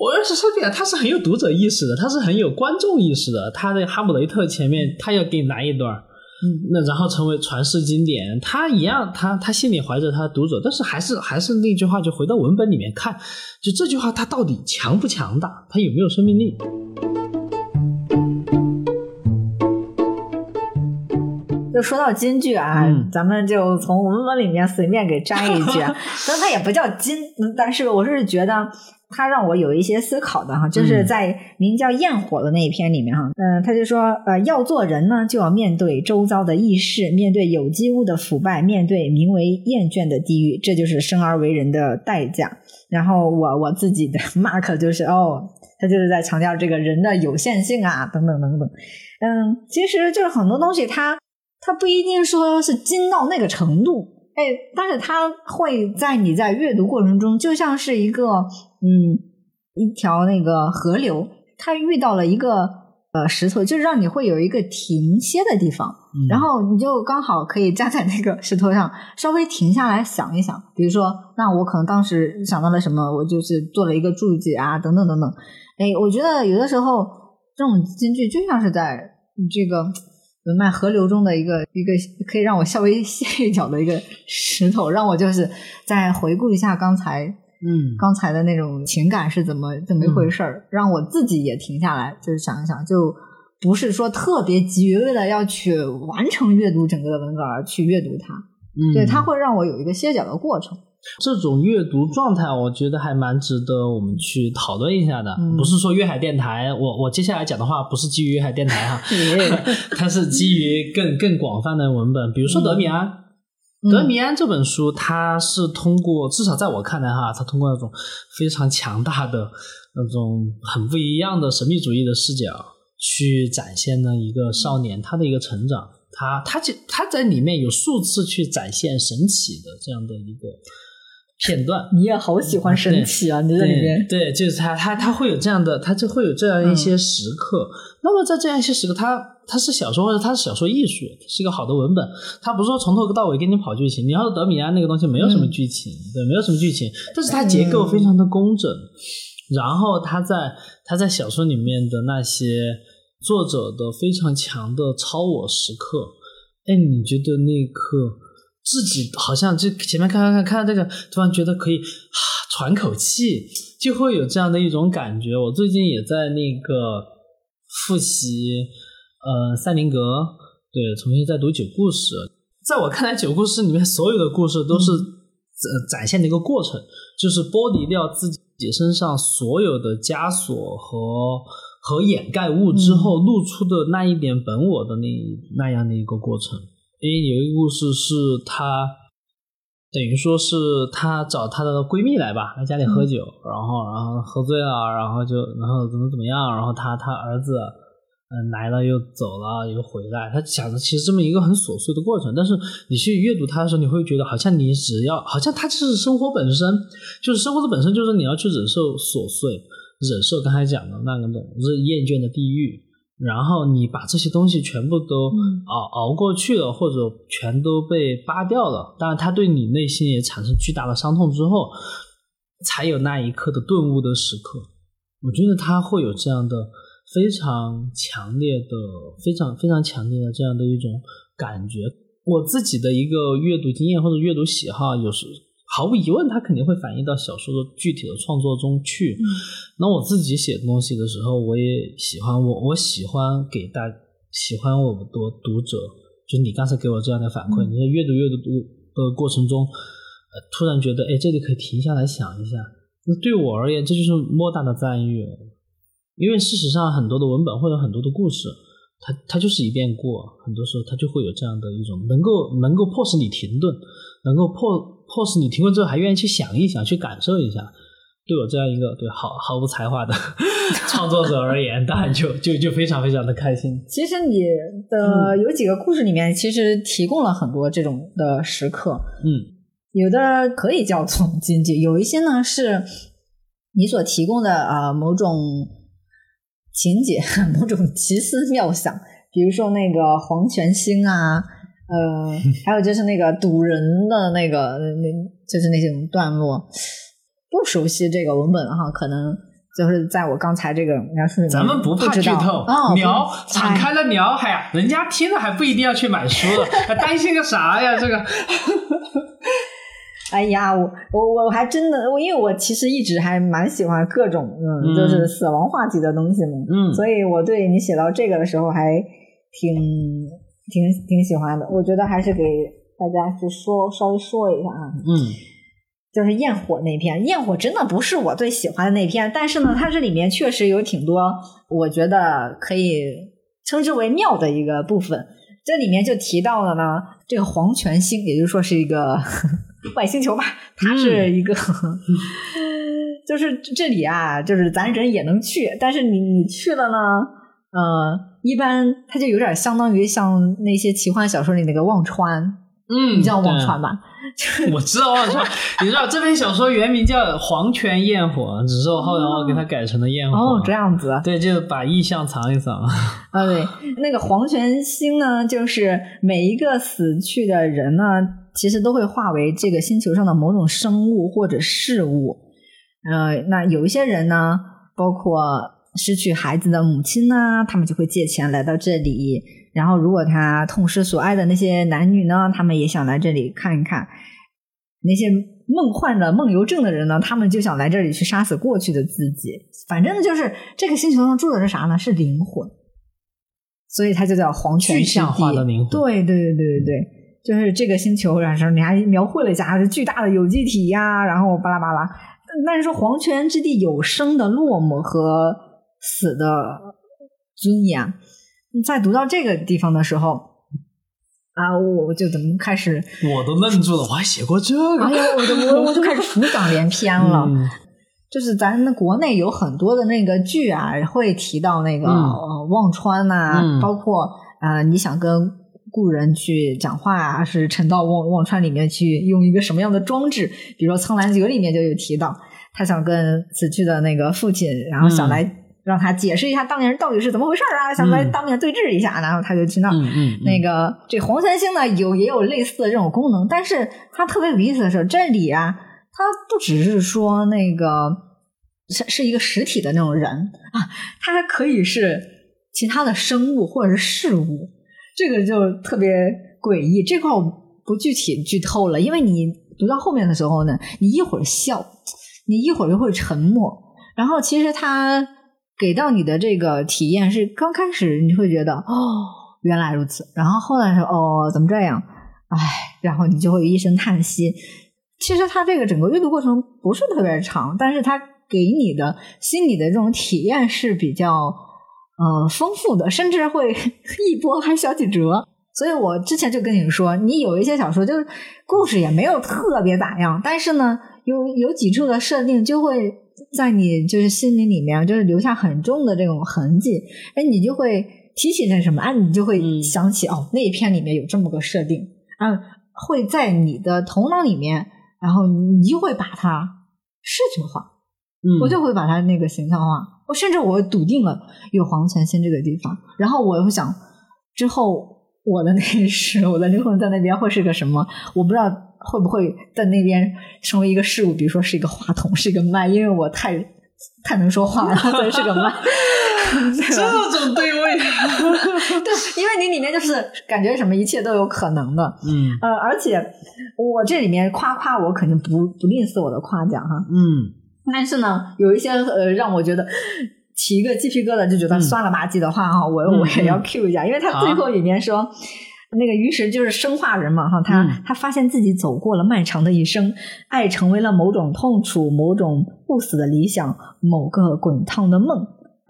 我要是说点，他是很有读者意识的，他是很有观众意识的。他的哈姆雷特前面他要给你来一段，那然后成为传世经典。他一样，他心里怀着他的读者，但是还是那句话，就回到文本里面看，就这句话他到底强不强大，他有没有生命力。 就说到金句啊，咱们就从文本里面随便给摘一句，但它也不叫金，但是我是觉得它让我有一些思考的哈，就是在名叫焰火的那一篇里面哈，他就说要做人呢，就要面对周遭的异事，面对有机物的腐败，面对名为厌倦的地狱，这就是生而为人的代价。然后我自己的 mark 就是他就是在强调这个人的有限性啊，等等等等。其实就是很多东西它不一定说是精到那个程度，但是它会在你在阅读过程中，就像是一条那个河流，它遇到了一个石头，就是让你会有一个停歇的地方，然后你就刚好可以站在那个石头上，稍微停下来想一想，比如说，那我可能当时想到了什么，我就是做了一个注解啊，等等等等。我觉得有的时候这种金句就像是在这个文脉河流中的一个可以让我稍微歇一脚的一个石头，让我就是再回顾一下刚才的那种情感是怎么一回事儿，让我自己也停下来，就是想一想，就不是说特别急于为了要去完成阅读整个的文稿而去阅读它，对，它会让我有一个歇脚的过程。 这种阅读状态我觉得还蛮值得我们去讨论一下的，不是说粤海电台我接下来讲的话不是基于粤海电台哈，它是基于更广泛的文本，比如说德米安。德米安这本书它是通过，至少在我看来哈，它通过那种非常强大的那种很不一样的神秘主义的视角去展现了一个少年他的一个成长，他在里面有数次去展现神奇的这样的一个片段。 你也好喜欢神奇啊，你在里面。 对，就是他会有这样的，他就会有这样一些时刻。那么在这样一些时刻，它是小说，或者它是小说艺术，是一个好的文本。它不是说从头到尾给你跑剧情。你要是德米安那个东西没有什么剧情，对，没有什么剧情，但是它结构非常的工整。然后他在小说里面的那些作者的非常强的超我时刻，你觉得那一刻自己好像就前面看到这个，突然觉得可以喘口气，就会有这样的一种感觉。我最近也在那个复习赛林格，对，重新在读九故事。在我看来，九故事里面所有的故事都是展现的一个过程，就是剥离掉自己身上所有的枷锁和掩盖物之后露出的那一点本我的那样的一个过程。因为有一个故事是她等于说是她找她的闺蜜来吧，来家里喝酒，然后喝醉了，然后怎么样，然后她儿子来了又走了又回来，她讲的其实这么一个很琐碎的过程，但是你去阅读它的时候，你会觉得好像它就是生活本身，就是生活的本身就是你要去忍受琐碎，忍受刚才讲的那种厌倦的地狱，然后你把这些东西全部都熬过去了，或者全都被扒掉了，当然它对你内心也产生巨大的伤痛之后，才有那一刻的顿悟的时刻。我觉得它会有这样的非常强烈的非常非常强烈的这样的一种感觉。我自己的一个阅读经验或者阅读喜好，有时毫无疑问它肯定会反映到小说的具体的创作中去。那我自己写东西的时候，我也喜欢我喜欢喜欢我的读者，就你刚才给我这样的反馈，你在阅读的过程中突然觉得这里可以停下来想一下，那对我而言这就是莫大的赞誉了。因为事实上很多的文本或者很多的故事它就是一遍过，很多时候它就会有这样的一种能够迫使你停顿，能够迫使你停顿之后还愿意去想一想，去感受一下。对我这样一个毫无才华的创作者而言，当然就非常非常的开心。 其实你的有几个故事里面其实提供了很多这种的时刻，有的可以叫做经济，有一些呢是你所提供的某种情节，某种奇思妙想，比如说那个黄泉星啊，还有就是那个堵人的就是那种段落。不熟悉这个文本哈，可能就是在我刚才这个描述里面， 咱们不怕剧透，聊敞开了聊，人家听了还不一定要去买书了，还担心个啥呀？这个， 哎呀，我还真的，因为我其实一直还蛮喜欢各种就是死亡话题的东西嘛，所以我对你写到这个的时候还挺喜欢的。我觉得还是给大家去稍微说一下啊，就是焰火那篇，焰火真的不是我最喜欢的那篇，但是呢，它这里面确实有挺多我觉得可以称之为妙的一个部分。这里面就提到了呢，这个黄泉星，也就是说是一个外星球吧，它是一个就是这里啊，就是咱人也能去，但是你去了呢，一般它就有点相当于像那些奇幻小说里那个忘川。你知道忘川吧？ 我知道忘川，你知道这篇小说原名叫《黄泉焰火》，只是我后来我给它改成了焰火。 哦，这样子。 对，就把意象藏一藏。 对，那个黄泉星呢，就是每一个死去的人呢，其实都会化为这个星球上的某种生物或者事物。那有一些人呢，包括失去孩子的母亲啊，他们就会借钱来到这里。然后如果他痛失所爱的那些男女呢，他们也想来这里看一看。那些梦幻的梦游症的人呢，他们就想来这里去杀死过去的自己。反正就是这个星球上住的是啥呢？是灵魂，所以它就叫黄泉之地。具象化的灵魂。 对，就是这个星球，然后你还描绘了一下巨大的有机体呀，然后巴拉巴拉。但是说黄泉之地有生的落寞和死的尊严。你在读到这个地方的时候啊，我就怎么开始， 我都愣住了，我还写过这个， 哎呀，我就开始浮想联翩了。就是咱国内有很多的那个剧啊，会提到那个忘川啊，包括你想跟故人去讲话啊，是沉到忘川里面去用一个什么样的装置，比如说《苍兰诀》里面就有提到，他想跟死去的那个父亲，然后想来让他解释一下当年到底是怎么回事啊，想来当面对质一下，然后他就去那那个这黄泉星呢也有类似的这种功能，但是它特别有意思的是，这里啊它不只是说那个是一个实体的那种人啊，它还可以是其他的生物或者是事物，这个就特别诡异。这块我不具体剧透了，因为你读到后面的时候呢，你一会儿笑，你一会儿就会沉默，然后其实它给到你的这个体验是刚开始你会觉得原来如此，然后后来说怎么这样，然后你就会一声叹息。其实它这个整个阅读过程不是特别长，但是它给你的心理的这种体验是比较丰富的，甚至会一波还小几折。所以我之前就跟你说，你有一些小说就是故事也没有特别咋样，但是呢有几处的设定就会在你就是心灵里面就是留下很重的这种痕迹，你就会提起那什么你就会想起那一篇里面有这么个设定会在你的头脑里面，然后你就会把它视觉化，我就会把它那个形象化，我甚至我笃定了有黄泉星这个地方，然后我会想之后我的那世，我的灵魂在那边会是个什么，我不知道会不会在那边成为一个事物，比如说是一个话筒，是一个麦，因为我太能说话了，所以是个麦。 这种对位对，因为你里面就是感觉什么一切都有可能的。而且我这里面夸我肯定不吝啬我的夸奖哈。但是呢有一些让我觉得起一个鸡皮疙瘩就觉得酸了吧唧的话我也要 cue 一下，因为他最后里面说那个于是就是生化人嘛他发现自己走过了漫长的一生，爱成为了某种痛楚，某种不死的理想，某个滚烫的梦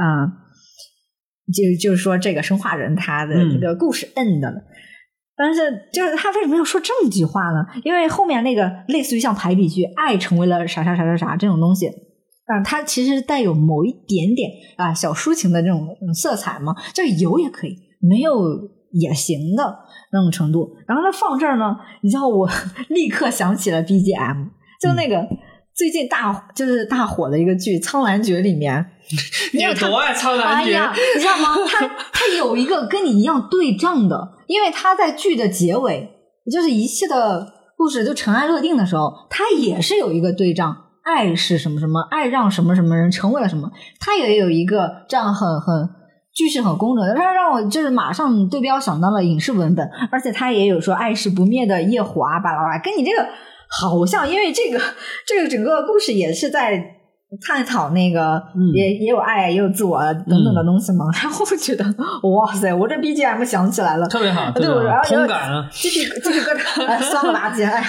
就是说这个生化人他的这个故事 end 了。但是就是他为什么要说这么句话呢？因为后面那个类似于像排比句爱成为了啥啥啥啥啥这种东西它其实带有某一点点小抒情的这种色彩嘛，这个有也可以，没有也行的那种程度。然后他放这儿呢，你知道我立刻想起了 BGM， 就那个最近就是大火的一个剧《苍兰诀》里面， 你有多爱苍兰诀？ 你知道吗？他有一个跟你一样对仗的，因为他在剧的结尾，就是一切的故事就尘埃落定的时候，他也是有一个对仗。 爱是什么什么，爱让什么什么人成为了什么，它也有一个这样很句式很工整的，它让我就是马上对标想到了影视文本，而且它也有说爱是不灭的夜火啊，巴拉巴拉，跟你这个好像，因为这个整个故事也是在探讨那个也有爱也有自我等等的东西嘛，然后我觉得哇塞，我这 BGM 想起来了， 特别好， 对，然后同感了， 继续疙瘩，酸了吧唧，哎呀，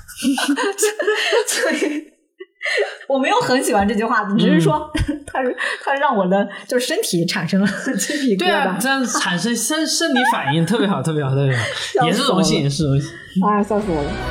所以我没有很喜欢这句话，只是说它让我的就是身体产生了鸡皮疙瘩， 对啊，这样产生生理反应，特别好，特别好，特别好，也是荣幸，也是荣幸， 啊，笑死我了。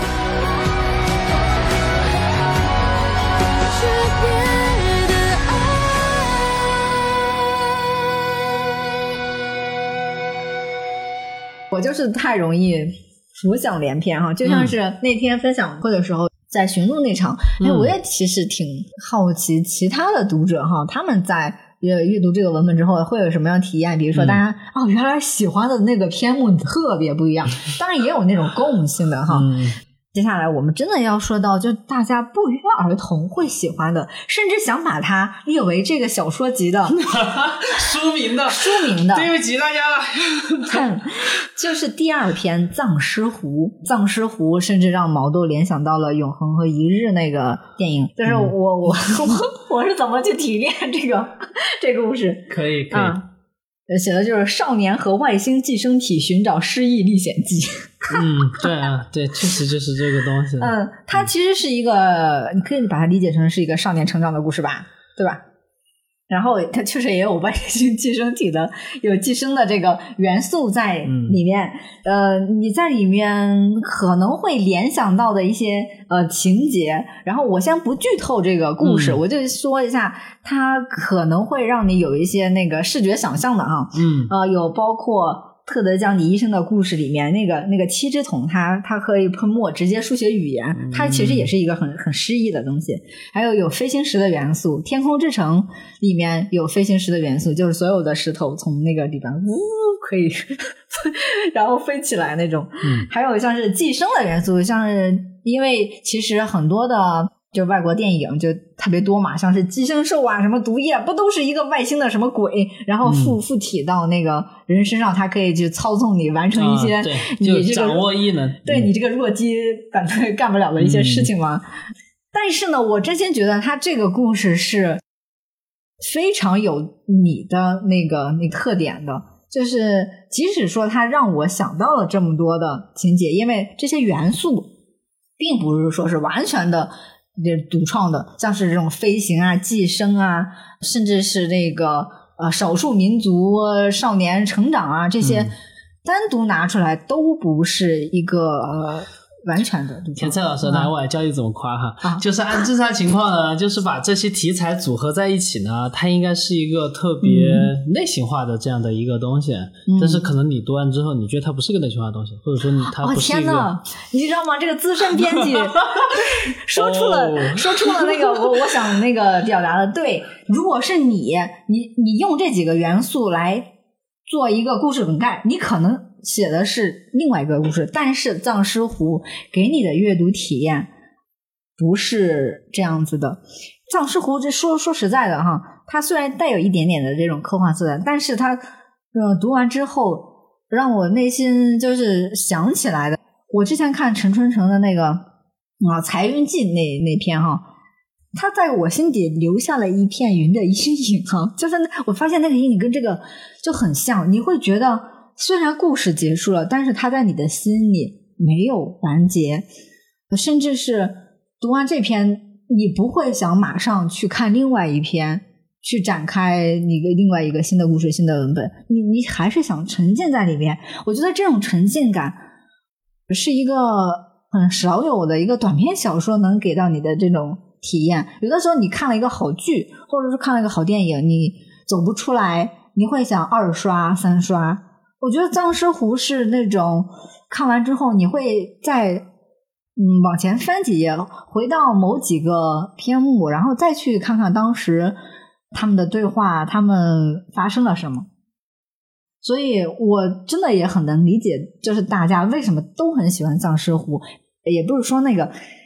我就是太容易浮想联翩哈，就像是那天分享会的时候，在寻路那场，我也其实挺好奇其他的读者哈，他们在阅读这个文本之后会有什么样的体验？比如说大家原来喜欢的那个篇目特别不一样，当然也有那种共性的哈。接下来我们真的要说到就大家不约而同会喜欢的，甚至想把它列为这个小说集的书名的对不起大家了就是第2篇葬尸湖，葬尸湖甚至让毛豆联想到了永恒和一日那个电影，就是我是怎么去提炼这个故事， 可以写的就是少年和外星寄生体寻找失忆历险记对啊，对，确实就是这个东西。 它其实是一个，你可以把它理解成是一个少年成长的故事吧，对吧？然后它确实也有外星寄生体的，有寄生的这个元素在里面。你在里面可能会联想到的一些情节，然后我先不剧透这个故事，我就说一下，它可能会让你有一些那个视觉想象的哈。有包括特德·江尼医生的故事里面那个七只桶，它可以喷墨直接书写语言，它其实也是一个很诗意的东西。还有飞行石的元素，天空之城里面有飞行石的元素，就是所有的石头从那个地方可以然后飞起来那种。还有像是寄生的元素，像是因为其实很多的就外国电影就特别多嘛，像是寄生兽啊，什么毒液，不都是一个外星的什么鬼，然后附体到那个人身上，它可以去操纵你，完成一些你这个掌握异能， 对你这个弱鸡干不了的一些事情嘛。但是呢，我真心觉得它这个故事是非常有你的那个特点的，就是即使说它让我想到了这么多的情节，因为这些元素并不是说是完全的独创的，像是这种飞行啊、寄生啊，甚至是那个少数民族少年成长啊，这些单独拿出来都不是一个完全的。田菜老师来我来教你怎么夸哈，就是按正常情况呢，就是把这些题材组合在一起呢，它应该是一个特别类型化的这样的一个东西，但是可能你读完之后你觉得它不是一个类型化的东西，或者说它不是一个天哪， 你知道吗？这个资深编辑说出了那个我想那个表达的对，如果是你用这几个元素来做一个故事梗概，你可能写的是另外一个故事，但是葬尸湖给你的阅读体验不是这样子的。葬尸湖这说实在的哈，它虽然带有一点点的这种科幻色彩，但是它读完之后让我内心就是想起来的，我之前看陈春成的那个财运记那篇哈，他在我心底留下了一片云的阴影哈，就是我发现那个阴影跟这个就很像，你会觉得虽然故事结束了，但是它在你的心里没有完结，甚至是读完这篇你不会想马上去看另外一篇，去展开你的另外一个新的故事、新的文本，你还是想沉浸在里面。我觉得这种沉浸感是一个很少有的一个短篇小说能给到你的这种体验。有的时候你看了一个好剧，或者是看了一个好电影，你走不出来，你会想2刷3刷。我觉得葬尸湖是那种看完之后你会再往前翻几页，回到某几个篇目，然后再去看看当时他们的对话，他们发生了什么。所以我真的也很能理解，就是大家为什么都很喜欢葬尸湖，也不是说那个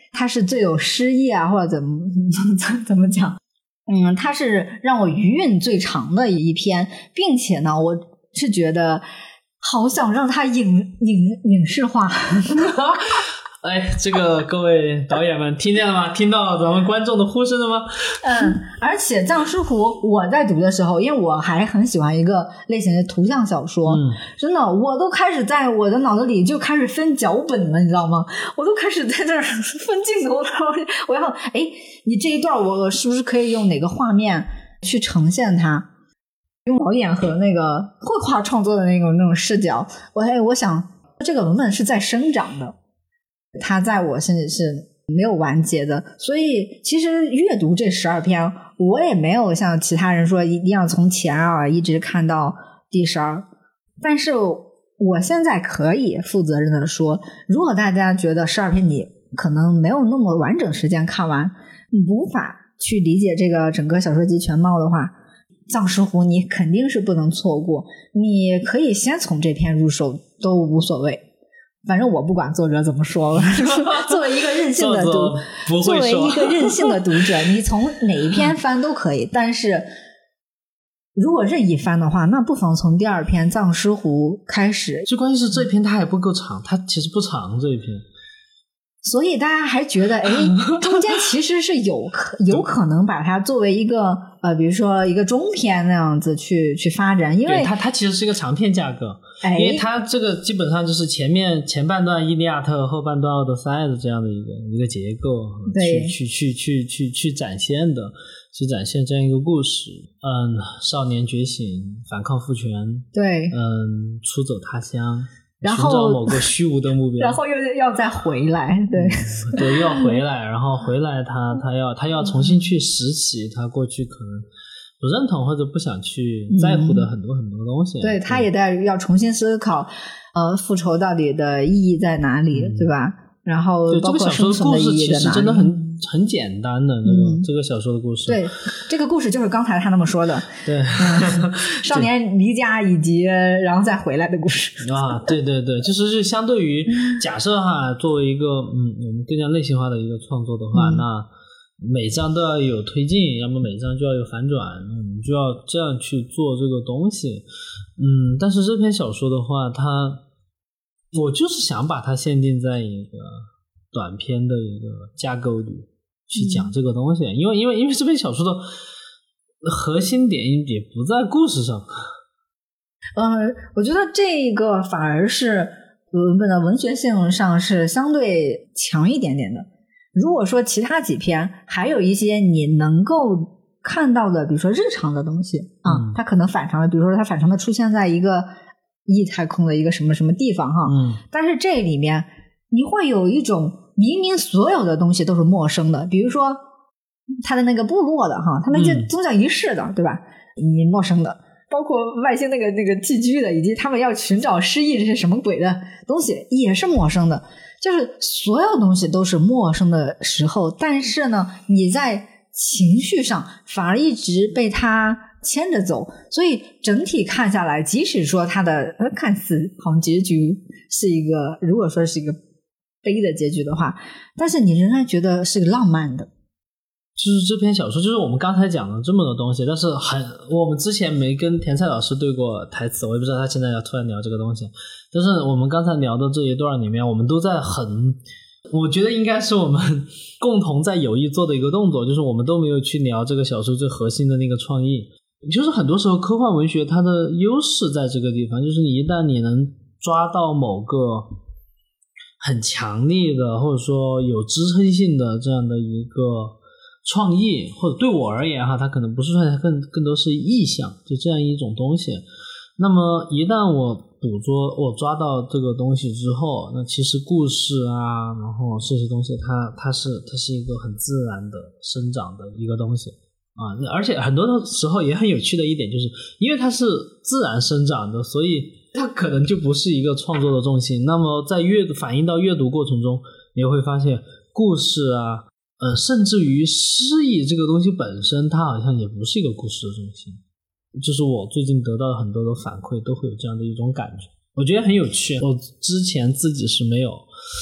它是最有诗意啊，或者怎么讲？它是让我余韵最长的一篇，并且呢，我是觉得好想让它影视化。 哎，这个各位导演们听见了吗？听到咱们观众的呼声了吗？ 而且藏书湖我在读的时候，因为我还很喜欢一个类型的图像小说，真的我都开始在我的脑子里就开始分脚本了，你知道吗？我都开始在这儿分镜头，我要你这一段我是不是可以用哪个画面去呈现它？用导演和那个绘画创作的那种视角，我想这个文本是在生长的。它在我心里是没有完结的，所以其实阅读这12篇我也没有像其他人说一定要从前一直看到第12，但是我现在可以负责任的说，如果大家觉得12篇你可能没有那么完整时间看完，你无法去理解这个整个小说集全貌的话，藏书湖你肯定是不能错过，你可以先从这篇入手都无所谓，反正我不管作者怎么说了。作为一个任性的读者，你从哪一篇翻都可以，但是如果任意翻的话，那不妨从第2篇藏书湖开始。 最关键是这篇它还不够长，它其实不长这一篇， 所以大家还觉得中间其实是有可能把它作为一个比如说一个中篇那样子去发展，因为它其实是一个长篇架构，因为它这个基本上就是前半段伊利亚特，后半段奥德赛的这样的一个结构，去展现的，去展现这样一个故事。少年觉醒，反抗父权， 对， 出走他乡， 然后寻找某个虚无的目标， 然后又要再回来， 对，又要回来，然后回来他要重新去拾起他过去可能不认同或者不想去在乎的很多很多东西。 对，他也要重新思考复仇到底的意义在哪里，对吧？然后包括生存的意义在哪里。这个小说的故事其实真的很简单的这个小说的故事。 对，这个故事就是刚才他那么说的。 对， 少年离家以及然后再回来的故事。 对，就是相对于假设作为一个我们更加类型化的一个创作的话，那每章都要有推进，要么每章就要有反转，我们就要这样去做这个东西。但是这篇小说的话，我就是想把它限定在一个短篇的一个架构里去讲这个东西，因为这篇小说的核心点也不在故事上。 我觉得这个反而是文学性上是相对强一点点的。如果说其他几篇还有一些你能够看到的，比如说日常的东西它可能反常的，比如说它反常的出现在一个异太空的一个什么什么地方但是这里面你会有一种明明所有的东西都是陌生的，比如说他的那个部落的他那些宗教仪式的，对吧？你陌生的，包括外星那个寄居的，以及他们要寻找失忆这些什么鬼的东西也是陌生的，就是所有东西都是陌生的时候，但是呢你在情绪上反而一直被他牵着走，所以整体看下来，即使说它的看似好像结局是一个，如果说是一个悲的结局的话，但是你仍然觉得是个浪漫的。 就是这篇小说，就是我们刚才讲了这么多东西，但是我们之前没跟田菜老师对过台词，我也不知道他现在要突然聊这个东西。但是我们刚才聊的这一段里面，我们都在我觉得应该是我们共同在有意做的一个动作，就是我们都没有去聊这个小说最核心的那个创意。就是很多时候科幻文学它的优势在这个地方，就是一旦你能抓到某个很强力的或者说有支撑性的这样的一个创意，或者对我而言它可能不是创意，更多是意象，就这样一种东西。那么一旦我抓到这个东西之后，那其实故事然后这些东西它是一个很自然的生长的一个东西而且很多时候也很有趣的一点，就是因为它是自然生长的，所以它可能就不是一个创作的重心。那么在反映到阅读过程中，你会发现故事甚至于诗意这个东西本身，它好像也不是一个故事的重心。就是我最近得到很多的反馈，都会有这样的一种感觉，我觉得很有趣。我之前自己是没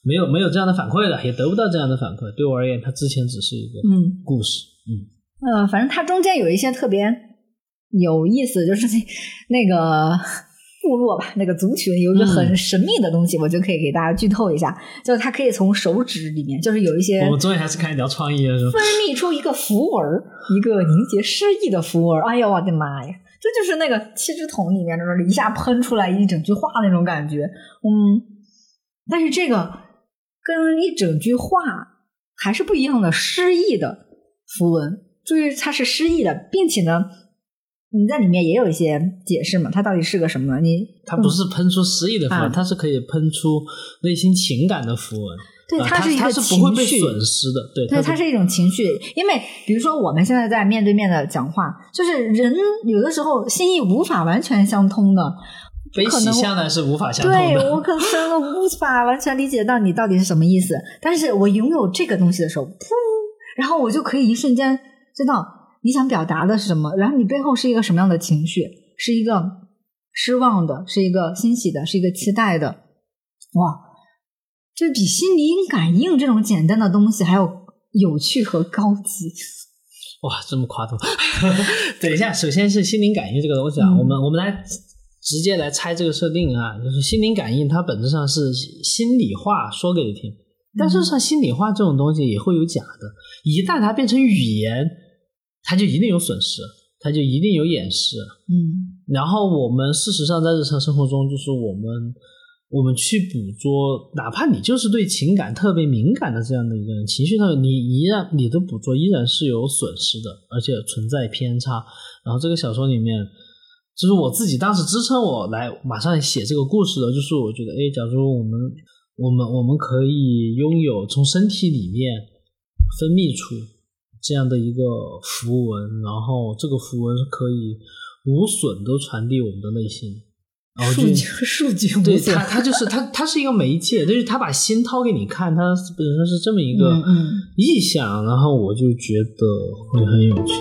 没有这样的反馈的，也得不到这样的反馈。对我而言，它之前只是一个故事。 反正它中间有一些特别有意思，就是那个部落吧，那个族群有一个很神秘的东西，我就可以给大家剧透一下，就是它可以从手指里面，就是有一些， 我们终于还是看一条创意了， 分泌出一个符文，一个凝结诗意的符文。哎呦我的妈呀，这就是那个七只桶里面的一下喷出来一整句话那种感觉。但是这个跟一整句话还是不一样的诗意的符文，注意它是诗意的，并且呢你在里面也有一些解释嘛，它到底是个什么？ 它不是喷出诗意的符文，它是可以喷出内心情感的符文。 对，它是一个情绪， 它是不会被损失的。 对，它是一种情绪。因为比如说我们现在在面对面的讲话，就是人有的时候心意无法完全相通的， 悲喜向来是无法相通的。 对，我可能无法完全理解到你到底是什么意思，但是我拥有这个东西的时候，噗，然后我就可以一瞬间知道你想表达的是什么，然后你背后是一个什么样的情绪，是一个失望的，是一个欣喜的，是一个期待的。哇，这比心灵感应这种简单的东西还要有趣和高级。 哇，这么夸张。等一下，首先是心灵感应这个东西啊，我们来直接来拆这个设定啊，就是心灵感应它本质上是心里话说给你听，但是像心里话这种东西也会有假的，一旦它变成语言，它就一定有损失，它就一定有掩饰。然后我们事实上在日常生活中，就是我们去捕捉，哪怕你就是对情感特别敏感的这样的一个人，情绪上你的捕捉依然是有损失的，而且存在偏差。然后这个小说里面，就是我自己当时支撑我来马上写这个故事的，就是我觉得假如我们可以拥有从身体里面分泌出这样的一个符文，然后这个符文可以无损的传递我们的内心， 数据对，它是一个媒介，就是它把心掏给你看，它本身是这么一个意象，然后我就觉得会很有趣。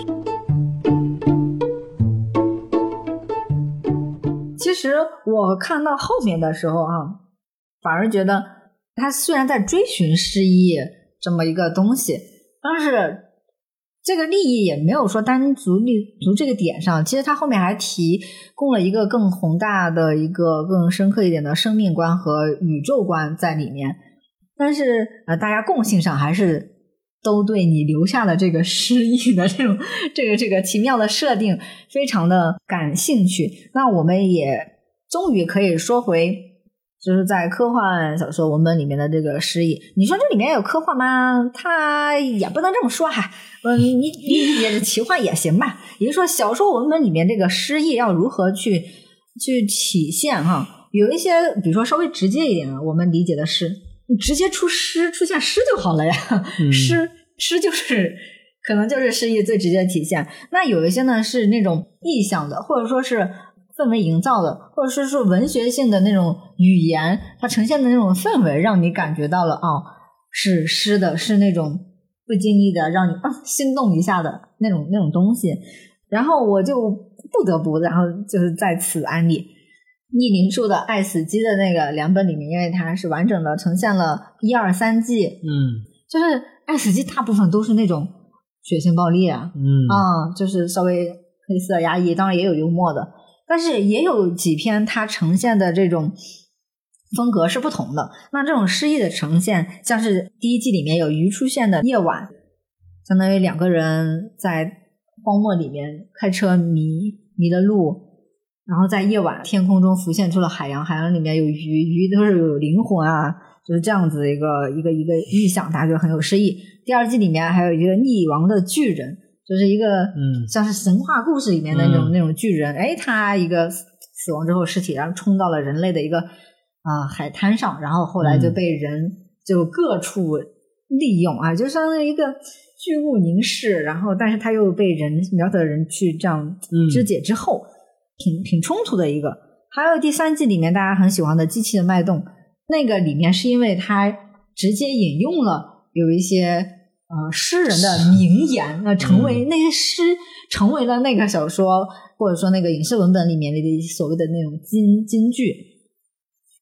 其实我看到后面的时候啊，反而觉得他虽然在追寻诗意这么一个东西，但是这个利益也没有说单足这个点上，其实他后面还提供了一个更宏大的一个更深刻一点的生命观和宇宙观在里面，但是大家共性上还是都对你留下的这个诗意的这个奇妙的设定非常的感兴趣。那我们也终于可以说回就是在科幻小说文本里面的这个诗意，你说这里面有科幻吗？它也不能这么说哈，你也是奇幻也行吧。也就是说，小说文本里面这个诗意要如何去体现哈？有一些比如说稍微直接一点的，我们理解的是你直接出现诗就好了呀，诗就是可能就是诗意最直接的体现。那有一些呢是那种意象的，或者说是氛围营造的，或者是文学性的那种语言，它呈现的那种氛围让你感觉到了是诗的，是那种不经意的让你心动一下的那种东西。然后我就不得不然后就是在此安利逆鳞树的《爱死机》的那个2本里面，因为它是完整的呈现了1、2、3季，就是《爱死机》大部分都是那种血腥暴力就是稍微黑色压抑，当然也有幽默的，但是也有几篇它呈现的这种风格是不同的。那这种诗意的呈现，像是第1季里面有鱼出现的夜晚，相当于2个人在荒漠里面开车迷了路，然后在夜晚天空中浮现出了海洋，海洋里面有鱼都是有灵魂啊，就是这样子的一个意象，大家就很有诗意。第2季里面还有一个溺亡的巨人，就是一个像是神话故事里面的那种巨人，他一个死亡之后尸体然后冲到了人类的一个海滩上，然后后来就被人就各处利用就相当于一个巨物凝视，然后但是他又被苗条的人去这样肢解之后，挺冲突的一个。还有第3季里面大家很喜欢的机器的脉动，那个里面是因为他直接引用了有一些诗人的名言，成为那些诗成为了那个小说或者说那个影视文本里面的所谓的那种金句。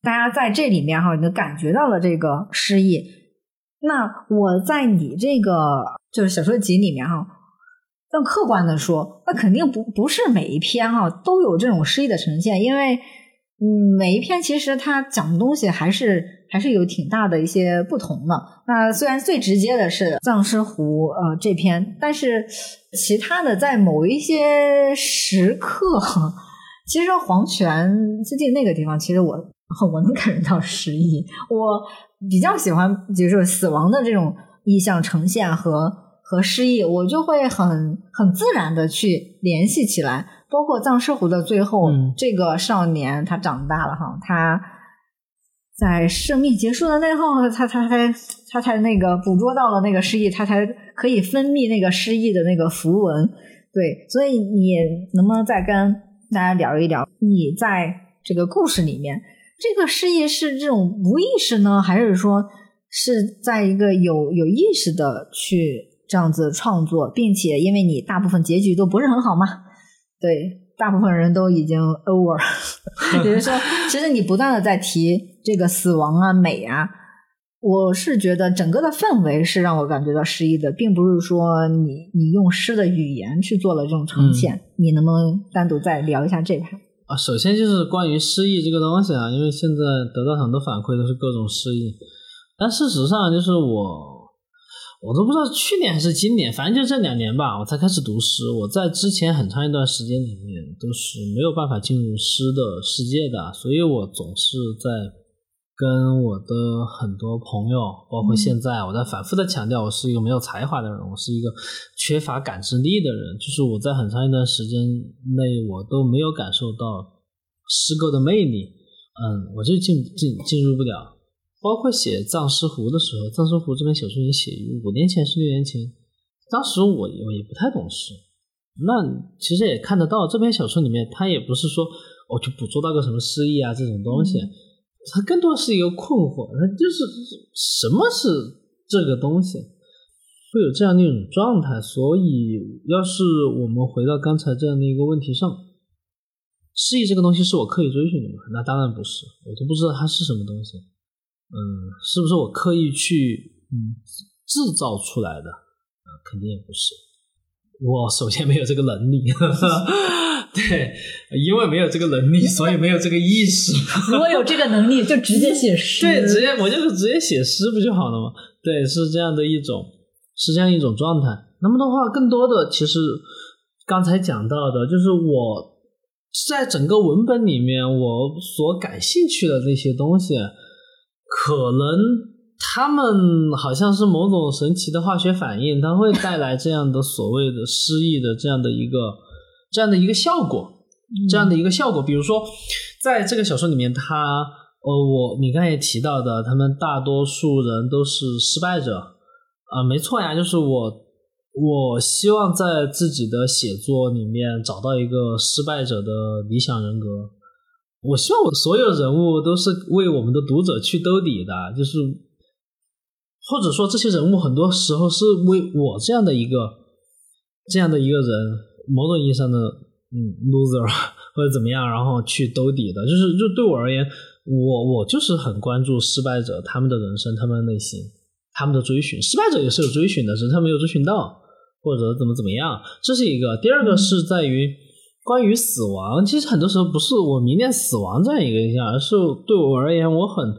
大家在这里面哈，你就感觉到了这个诗意。那我在你这个就是小说集里面哈，更客观的说，那肯定不是每一篇哈都有这种诗意的呈现，因为每一篇其实它讲的东西还是有挺大的一些不同的。那虽然最直接的是藏尸湖这篇，但是其他的在某一些时刻，其实黄泉最近那个地方，其实我能感觉到诗意。我比较喜欢就是死亡的这种意象呈现和诗意，我就会很自然的去联系起来。包括藏尸湖的最后，这个少年他长大了哈，他在生命结束的那后，他才那个捕捉到了那个诗意，他才可以分泌那个诗意的那个符文。对，所以你能不能再跟大家聊一聊，你在这个故事里面，这个诗意是这种无意识呢，还是说是在一个有意识的去这样子创作，并且因为你大部分结局都不是很好嘛，对，大部分人都已经 over 比如说其实你不断的在提这个死亡啊美啊，我是觉得整个的氛围是让我感觉到诗意的，并不是说你用诗的语言去做了这种呈现。你能不能单独再聊一下这盘首先就是关于诗意这个东西啊，因为现在得到很多反馈都是各种诗意，但事实上就是我都不知道去年还是今年，反正就这2年吧，我才开始读诗。我在之前很长一段时间里面都是没有办法进入诗的世界的，所以我总是在跟我的很多朋友，包括现在我在反复的强调我是一个没有才华的人，我是一个缺乏感知力的人，就是我在很长一段时间内我都没有感受到诗歌的魅力，我就进入不了。包括写藏尸湖的时候，藏尸湖这篇小说也写于5年前是6年前，当时我也不太懂诗，那其实也看得到这篇小说里面它也不是说我去捕捉到个什么诗意啊这种东西，它更多是一个困惑，它就是什么是这个东西，会有这样的一种状态。所以要是我们回到刚才这样的一个问题上，诗意这个东西是我刻意追寻的吗？那当然不是，我就不知道它是什么东西。是不是我刻意去制造出来的？肯定也不是。我首先没有这个能力，对，因为没有这个能力，所以没有这个意识。 如果有这个能力，就直接写诗。 对，我就直接写诗不就好了吗？对，是这样一种状态。那么的话，更多的其实刚才讲到的，就是我在整个文本里面我所感兴趣的那些东西。可能他们好像是某种神奇的化学反应，它会带来这样的所谓的诗意的这样的一个效果，比如说在这个小说里面，你刚才也提到的，他们大多数人都是失败者没错呀，就是我希望在自己的写作里面找到一个失败者的理想人格。我希望我所有人物都是为我们的读者去兜底的，就是或者说这些人物很多时候是为我这样的一个人，某种意义上的loser或者怎么样，然后去兜底的。就对我而言，我就是很关注失败者他们的人生，他们的内心，他们的追寻。失败者也是有追寻的，只是他没有追寻到，或者怎么样，这是一个。第二个是在于关于死亡，其实很多时候不是我迷恋死亡这样一个印象，而是对我而言，我很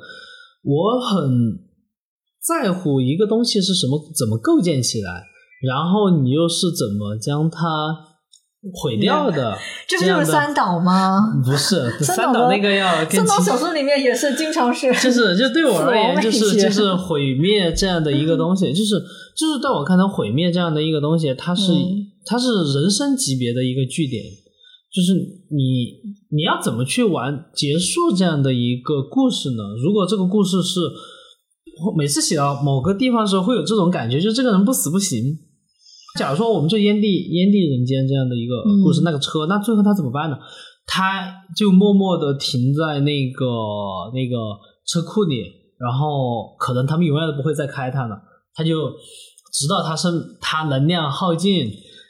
在乎一个东西是怎么构建起来，然后你又是怎么将它毁掉的。 这不就是三岛吗？ 不是，三岛那个要三岛小说里面也是经常是就对我而言就是毁灭这样的一个东西，就是对我看到毁灭这样的一个东西，它是人生级别的一个据点。就是你要怎么去结束这样的一个故事呢？如果这个故事是每次写到某个地方的时候会有这种感觉，就这个人不死不行。假如说我们就烟蒂人间这样的一个故事，那个车，那最后他怎么办呢？他就默默的停在那个车库里，然后可能他们永远都不会再开它了，他就直到他能量耗尽，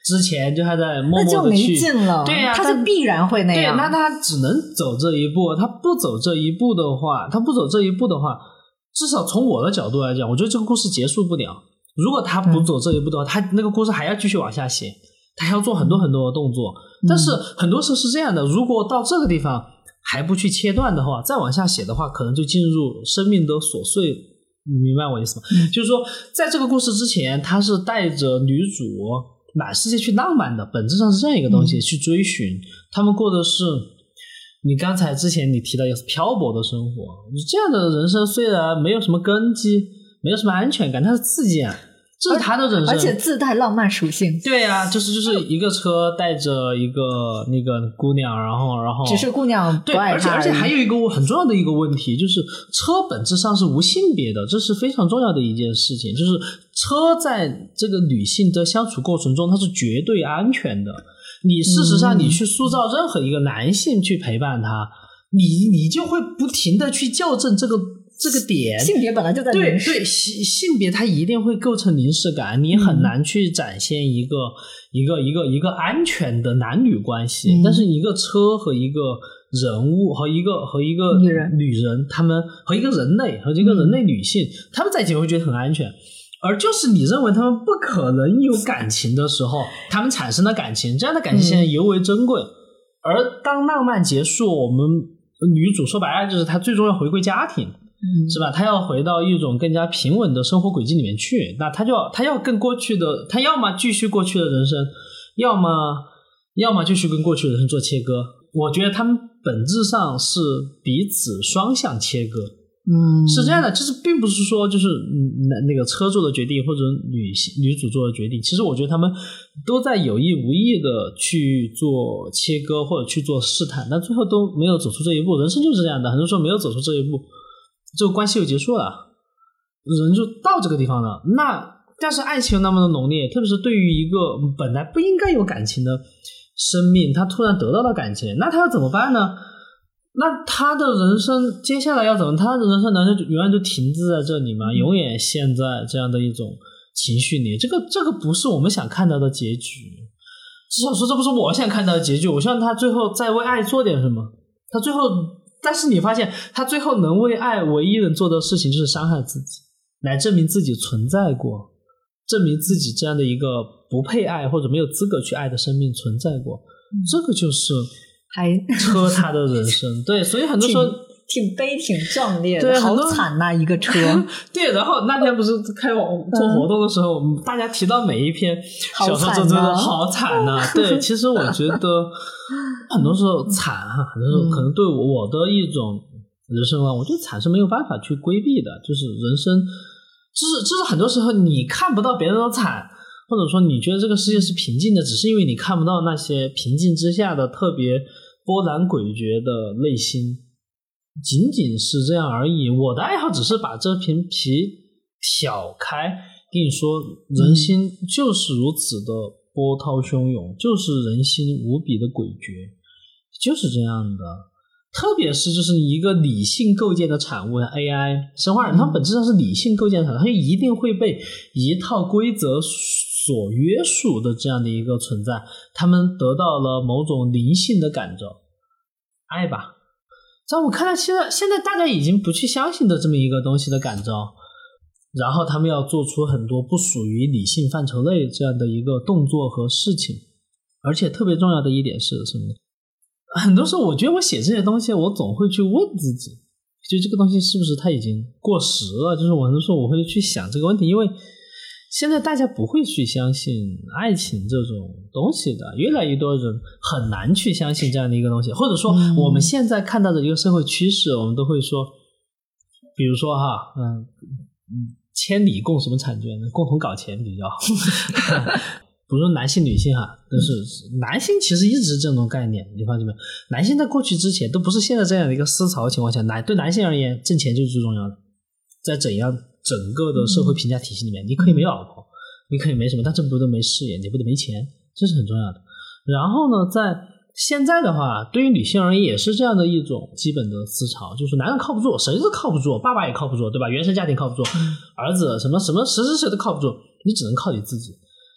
之前就还在默默的去， 那就没劲了。 对呀， 他就必然会那样。 对，那他只能走这一步。他不走这一步的话，至少从我的角度来讲，我觉得这个故事结束不了。如果他不走这一步的话，他那个故事还要继续往下写，他还要做很多很多的动作。但是很多时候是这样的，如果到这个地方还不去切断的话，再往下写的话，可能就进入生命的琐碎。你明白我意思吗？就是说在这个故事之前，他是带着女主满世界去浪漫的，本质上是这样一个东西，去追寻。他们过的是你刚才之前你提到也是漂泊的生活，这样的人生虽然没有什么根基，没有什么安全感，但是刺激啊，这是他的人生， 而且自带浪漫属性。 对啊，就是一个车带着一个那个姑娘，然后只是姑娘不爱他。 而且还有一个很重要的一个问题，就是车本质上是无性别的，这是非常重要的一件事情。就是车在这个女性的相处过程中，它是绝对安全的。你事实上你去塑造任何一个男性去陪伴他，你就会不停的去校正这个点， 性别本来就在凝视， 对性别它一定会构成凝视感，你很难去展现一个安全的男女关系。但是一个车和一个人物和一个女人，他们和一个人类女性，他们在一起会觉得很安全。而就是你认为他们不可能有感情的时候，他们产生了感情，这样的感情现在尤为珍贵。而当浪漫结束，我们女主说白了就是她最终要回归家庭，是吧？她要回到一种更加平稳的生活轨迹里面去。那她要跟过去的，她要么继续过去的人生，要么继续跟过去的人生做切割。我觉得他们本质上是彼此双向切割。是这样的，就是并不是说就是那个车做的决定或者女主做的决定，其实我觉得他们都在有意无意的去做切割或者去做试探，但最后都没有走出这一步。人生就是这样的，很多时候没有走出这一步，这个关系就结束了，人就到这个地方了。但是爱情那么的浓烈，特别是对于一个本来不应该有感情的生命，他突然得到了感情，那他要怎么办呢？那他的人生接下来要怎么？他的人生难道永远就停滞在这里吗？永远陷在这样的一种情绪里？这个不是我们想看到的结局。至少说这不是我想看到的结局。我希望他最后再为爱做点什么。但是你发现他最后能为爱唯一能做的事情就是伤害自己，来证明自己存在过，证明自己这样的一个不配爱或者没有资格去爱的生命存在过。这个就是车他的人生。对，所以很多时候挺悲挺壮烈的，好惨呐，一个车。 对，然后那天不是做活动的时候，大家提到每一篇小说就真的好惨呐。对，其实我觉得很多时候惨很多时候可能对我的一种人生观，我觉得惨是没有办法去规避的。就是人生就是很多时候你看不到别人的惨，或者说你觉得这个世界是平静的，只是因为你看不到那些平静之下的特别波澜诡谲的内心，仅仅是这样而已。我的爱好只是把这片皮挑开，跟你说人心就是如此的波涛汹涌，就是人心无比的诡谲，就是这样的。特别是就是一个理性构建的产物 AI 生化人，它本质上是理性构建的产物，它就一定会被一套规则所约束的这样的一个存在。他们得到了某种灵性的感召，爱吧。在我看来现在大家已经不去相信的这么一个东西的感召，然后他们要做出很多不属于理性范畴内这样的一个动作和事情。而且特别重要的一点是什么呢？很多时候我觉得我写这些东西，我总会去问自己，就这个东西是不是它已经过时了。就是我很多时候我会去想这个问题，因为现在大家不会去相信爱情这种东西的，越来越多人很难去相信这样的一个东西。或者说我们现在看到的一个社会趋势，我们都会说，比如说千里共什么产权呢？共同搞钱比较好。不是男性女性但是男性其实一直这种概念，你发现没有？男性在过去之前都不是现在这样的一个思潮的情况下，对男性而言挣钱就是最重要的。在整个的社会评价体系里面，你可以没老婆，你可以没什么，但这不得没事业，你不得没钱，这是很重要的。然后呢，在现在的话，对于女性而言也是这样的一种基本的思潮，就是男人靠不住，谁都靠不住，爸爸也靠不住，对吧？原生家庭靠不住，儿子什么谁都靠不住，你只能靠你自己。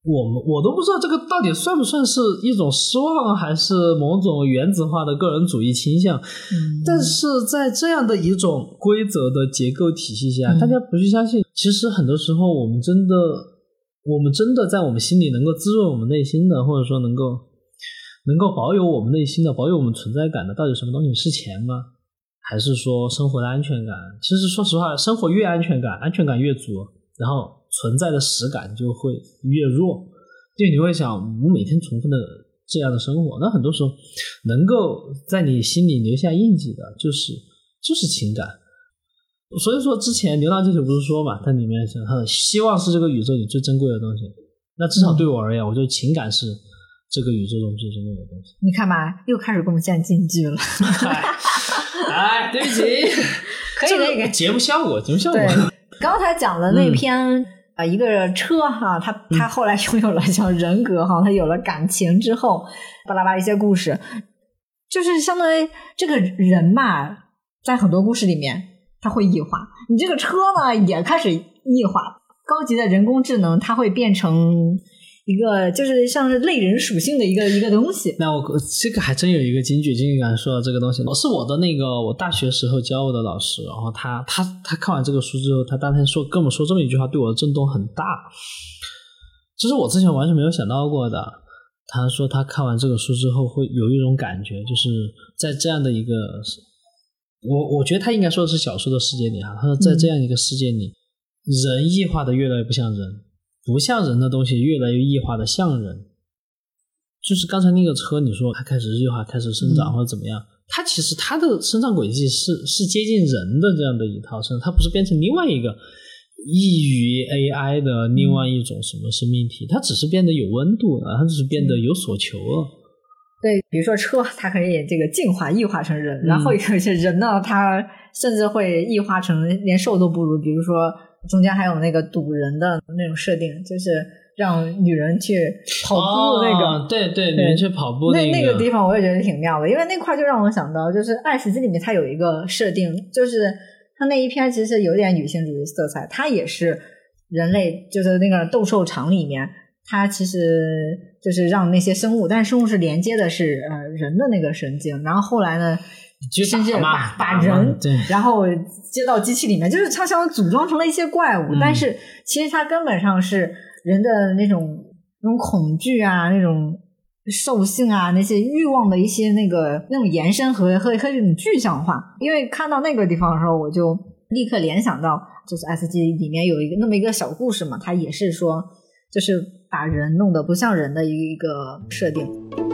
我都不知道这个到底算不算是一种失望，还是某种原子化的个人主义倾向。但是在这样的一种规则的结构体系下，大家不去相信，其实很多时候我们真的在我们心里能够滋润我们内心的，或者说能够保有我们内心的，保有我们存在感的，到底什么东西是钱吗？还是说生活的安全感？其实说实话，生活越安全感越足，然后存在的实感就会越弱。就你会想，我每天重复的这样的生活，那很多时候能够在你心里留下印记的就是情感。所以说之前流浪地球不是说嘛，它里面希望是这个宇宙里最珍贵的东西，那至少对我而言，我觉得情感是这个宇宙中最珍贵的东西。 你看吧，又开始贡献金句了。 哎，对不起， 可以节目效果。对， 刚才讲的那篇一个车哈，他后来拥有了像人格哈，他有了感情之后，巴拉巴一些故事，就是相当于这个人嘛，在很多故事里面他会异化，你这个车呢也开始异化，高级的人工智能它会变成一个就是像是类人属性的一个东西。 那我这个还真有一个金句感说到这个东西，是我的我大学时候教我的老师，然后他看完这个书之后，他当天跟我们说这么一句话，对我的震动很大，这是我之前完全没有想到过的。他说他看完这个书之后会有一种感觉，就是在这样的一个我觉得他应该说的是小说的世界里他说在这样一个世界里，人异化的越来越不像人，不像人的东西越来越异化的像人。就是刚才那个车你说它开始异化开始生长或者怎么样，它其实它的生长轨迹是接近人的这样的一套生，它不是变成另外一个异于 AI 的另外一种什么生命体，它只是变得有温度了，它只是变得有所求了。 对，比如说车它可以这个进化异化成人，然后有些人呢它甚至会异化成连兽都不如，比如说中间还有那个赌人的那种设定，就是让女人去跑步那个， 对，女人去跑步那个地方我也觉得挺妙的，因为那块就让我想到，就是《爱死机》里面它有一个设定，就是它那一篇其实有点女性主义色彩，它也是人类就是那个斗兽场里面，它其实就是让那些生物，但是生物是连接的是人的那个神经，然后后来呢甚至把人然后接到机器里面，就是它像组装成了一些怪物，但是其实它根本上是人的那种恐惧啊，那种兽性啊，那些欲望的一些那种延伸和这种具象化。因为看到那个地方的时候，我就立刻联想到就是 SG 里面有那么一个小故事嘛，它也是说就是把人弄得不像人的一个设定。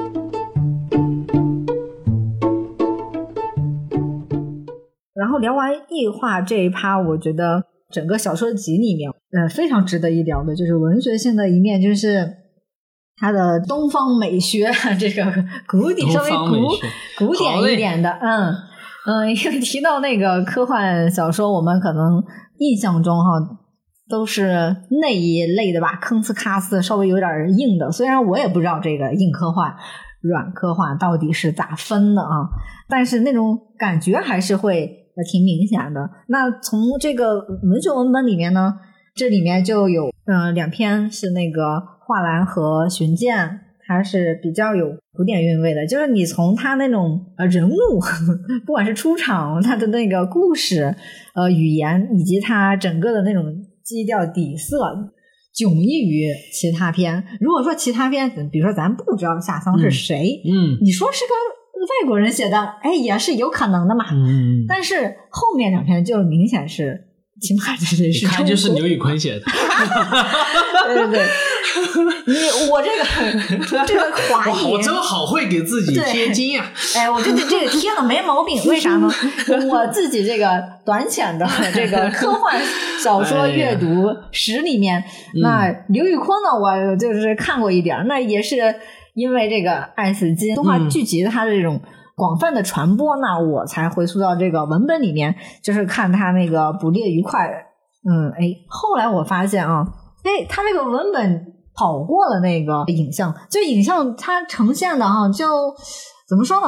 然后聊完异化这一趴，我觉得整个小说集里面非常值得一聊的就是文学性的一面，就是它的东方美学，这个古典稍微古典一点的。因为提到那个科幻小说，我们可能印象中都是那一类的吧，吭哧咔哧稍微有点硬的，虽然我也不知道这个硬科幻软科幻到底是咋分的啊，但是那种感觉还是会挺明显的。那从这个文学文本里面呢，这里面就有两篇是那个画兰和寻剑，它是比较有古典韵味的，就是你从他那种人物不管是出场他的那个故事语言以及他整个的那种基调底色迥异于其他篇。如果说其他篇比如说咱不知道夏桑是谁，你说是个外国人写的也是有可能的嘛，但是后面两篇就明显是起码这是看就是刘宇昆写的对我这个华裔， 我真好会给自己贴金啊！ 我这个贴的没毛病，为啥呢？我自己这个短浅的这个科幻小说阅读史里面，那刘宇昆呢，我就是看过一点，那也是因为这个爱死机动画剧集它的这种广泛的传播，那我才回溯到这个文本里面，就是看他那个捕猎愉快。后来我发现他这个文本跑过了那个影像，就影像它呈现的就怎么说呢，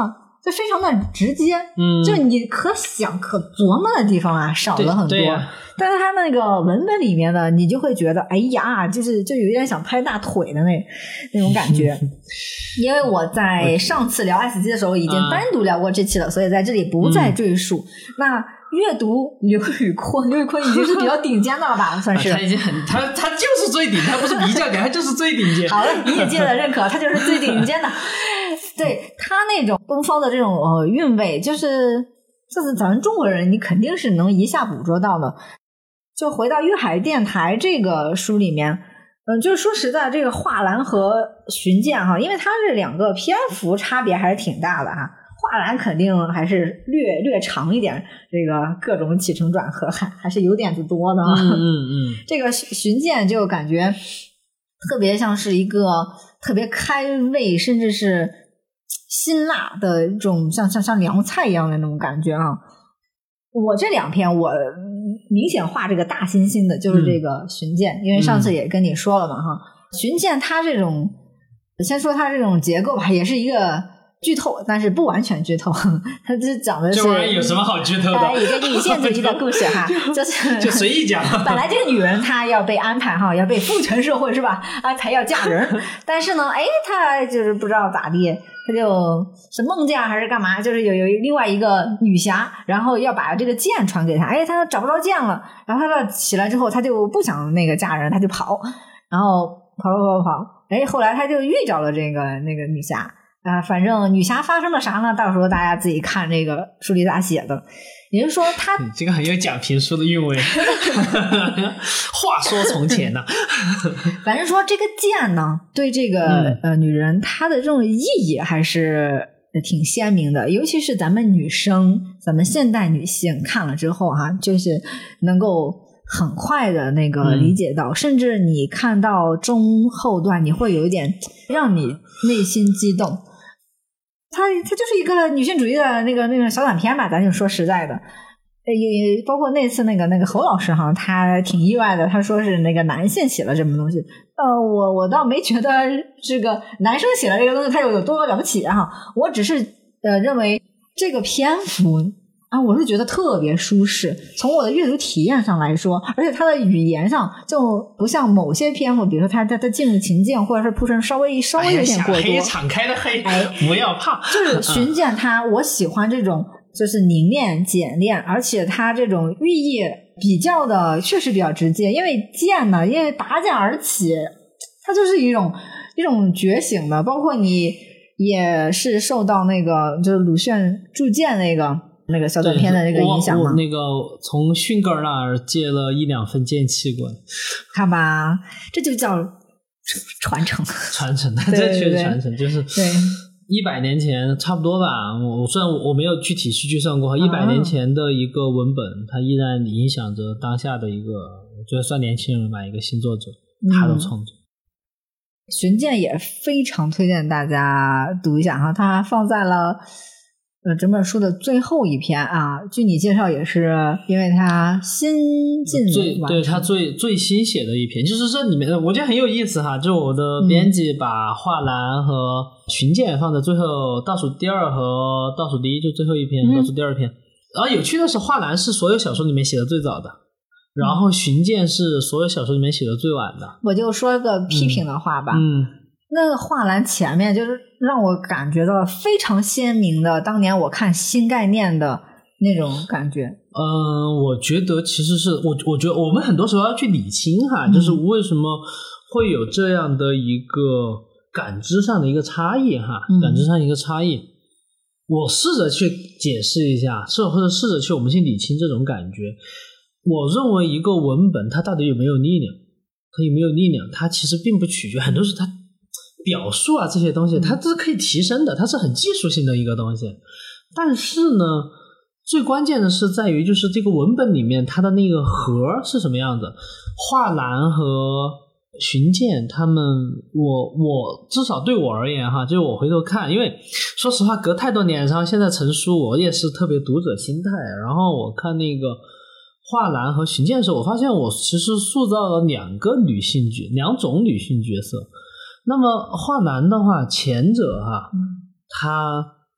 就非常的直接，就你可想可琢磨的地方啊少了很多。但是他那个文本里面的，你就会觉得，哎呀，就有点想拍大腿的那种感觉。因为我在上次聊 S 级的时候已经单独聊过这期了，所以在这里不再赘述。那阅读刘宇昆已经是比较顶尖的了吧，算是。 他已经他就是最顶，他不是比较顶，他就是最顶尖。 好了，你也记得认可，他就是最顶尖的。对，他那种东方的这种韵味，就是咱们中国人，你肯定是能一下捕捉到的。就回到粤海电台这个书里面，就是说实在，这个画栏和寻剑哈，因为它这两个篇幅差别还是挺大的哈。画栏肯定还是略长一点，这个各种起承转合还是有点子多的。这个寻剑就感觉特别像是一个特别开胃，甚至是辛辣的一种像凉菜一样的那种感觉啊。我这两篇我明显画这个大猩猩的就是这个寻剑，因为上次也跟你说了嘛哈。寻剑它这种，先说它这种结构吧，也是一个剧透，但是不完全剧透。它这讲的是这玩意有什么好剧透的？ 一个女性主义的故事哈， 就随意讲。 本来这个女人她要被安排哈，要被父权社会是吧？安排要嫁人，但是呢，她就是不知道咋地。他就是梦见还是干嘛，就是有另外一个女侠，然后要把这个剑传给他，他找不着剑了，然后他起来之后他就不想那个嫁人，他就跑，然后跑，后来他就遇着了那个女侠反正女侠发生了啥呢，到时候大家自己看这个书里咋写的。也就是说他这个很有讲评书的韵味。话说从前呢反正说这个剑呢对这个女人她的这种意义还是挺鲜明的，尤其是咱们女生，咱们现代女性看了之后就是能够很快的那个理解到，甚至你看到中后段你会有一点让你内心激动。它就是一个女性主义的那个小短片吧，咱就说实在的。包括那次那个侯老师哈，他挺意外的，他说是那个男性写了这么东西。我倒没觉得这个男生写了这个东西他有多了不起哈，我只是认为这个篇幅我是觉得特别舒适，从我的阅读体验上来说，而且它的语言上就不像某些篇幅，比如说它进入情境或者是铺陈稍微有点过多。 黑敞开的黑，不要怕。 就是寻剑我喜欢这种就是凝练简练，而且它这种寓意比较的确实比较直接，因为剑呢，因为拔剑而起，它就是一种觉醒的，包括你也是受到那个就是鲁迅铸剑那个小短片的那个影响吗？ 我那个从迅哥那儿借了1-2份剑气过来， 看吧，这就叫传承， 这确实传承，就是对 100年前差不多吧。我虽然我没有具体去计算过，100年前的一个文本，它依然影响着当下的一个，我觉得算年轻人吧，一个新作者，他的创作。 寻剑也非常推荐大家读一下哈，它放在了整本书的最后一篇据你介绍也是因为它新近完成， 对，它最新写的一篇，就是这里面我觉得很有意思哈，就我的编辑把画栏和寻剑放在最后倒数第二和倒数第一，就最后一篇倒数第二篇。然后有趣的是画栏是所有小说里面写的最早的，然后寻剑是所有小说里面写的最晚的。 我就说个批评的话吧，那个画栏前面就是让我感觉到非常鲜明的当年我看新概念的那种感觉。 我觉得其实是我觉得我们很多时候要去理清就是为什么会有这样的一个感知上的一个差异感知上一个差异。我试着去解释一下，或者试着去我们去理清这种感觉。我认为一个文本它到底有没有力量，它其实并不取决，很多是它表述这些东西它是可以提升的，它是很技术性的一个东西。但是呢，最关键的是在于就是这个文本里面它的那个核是什么样子。画栏和寻剑他们我至少对我而言就是我回头看，因为说实话隔太多年，然后现在成书我也是特别读者心态，然后我看那个画栏和寻剑的时候，我发现我其实塑造了两种女性角色。那么画栏的话，前者他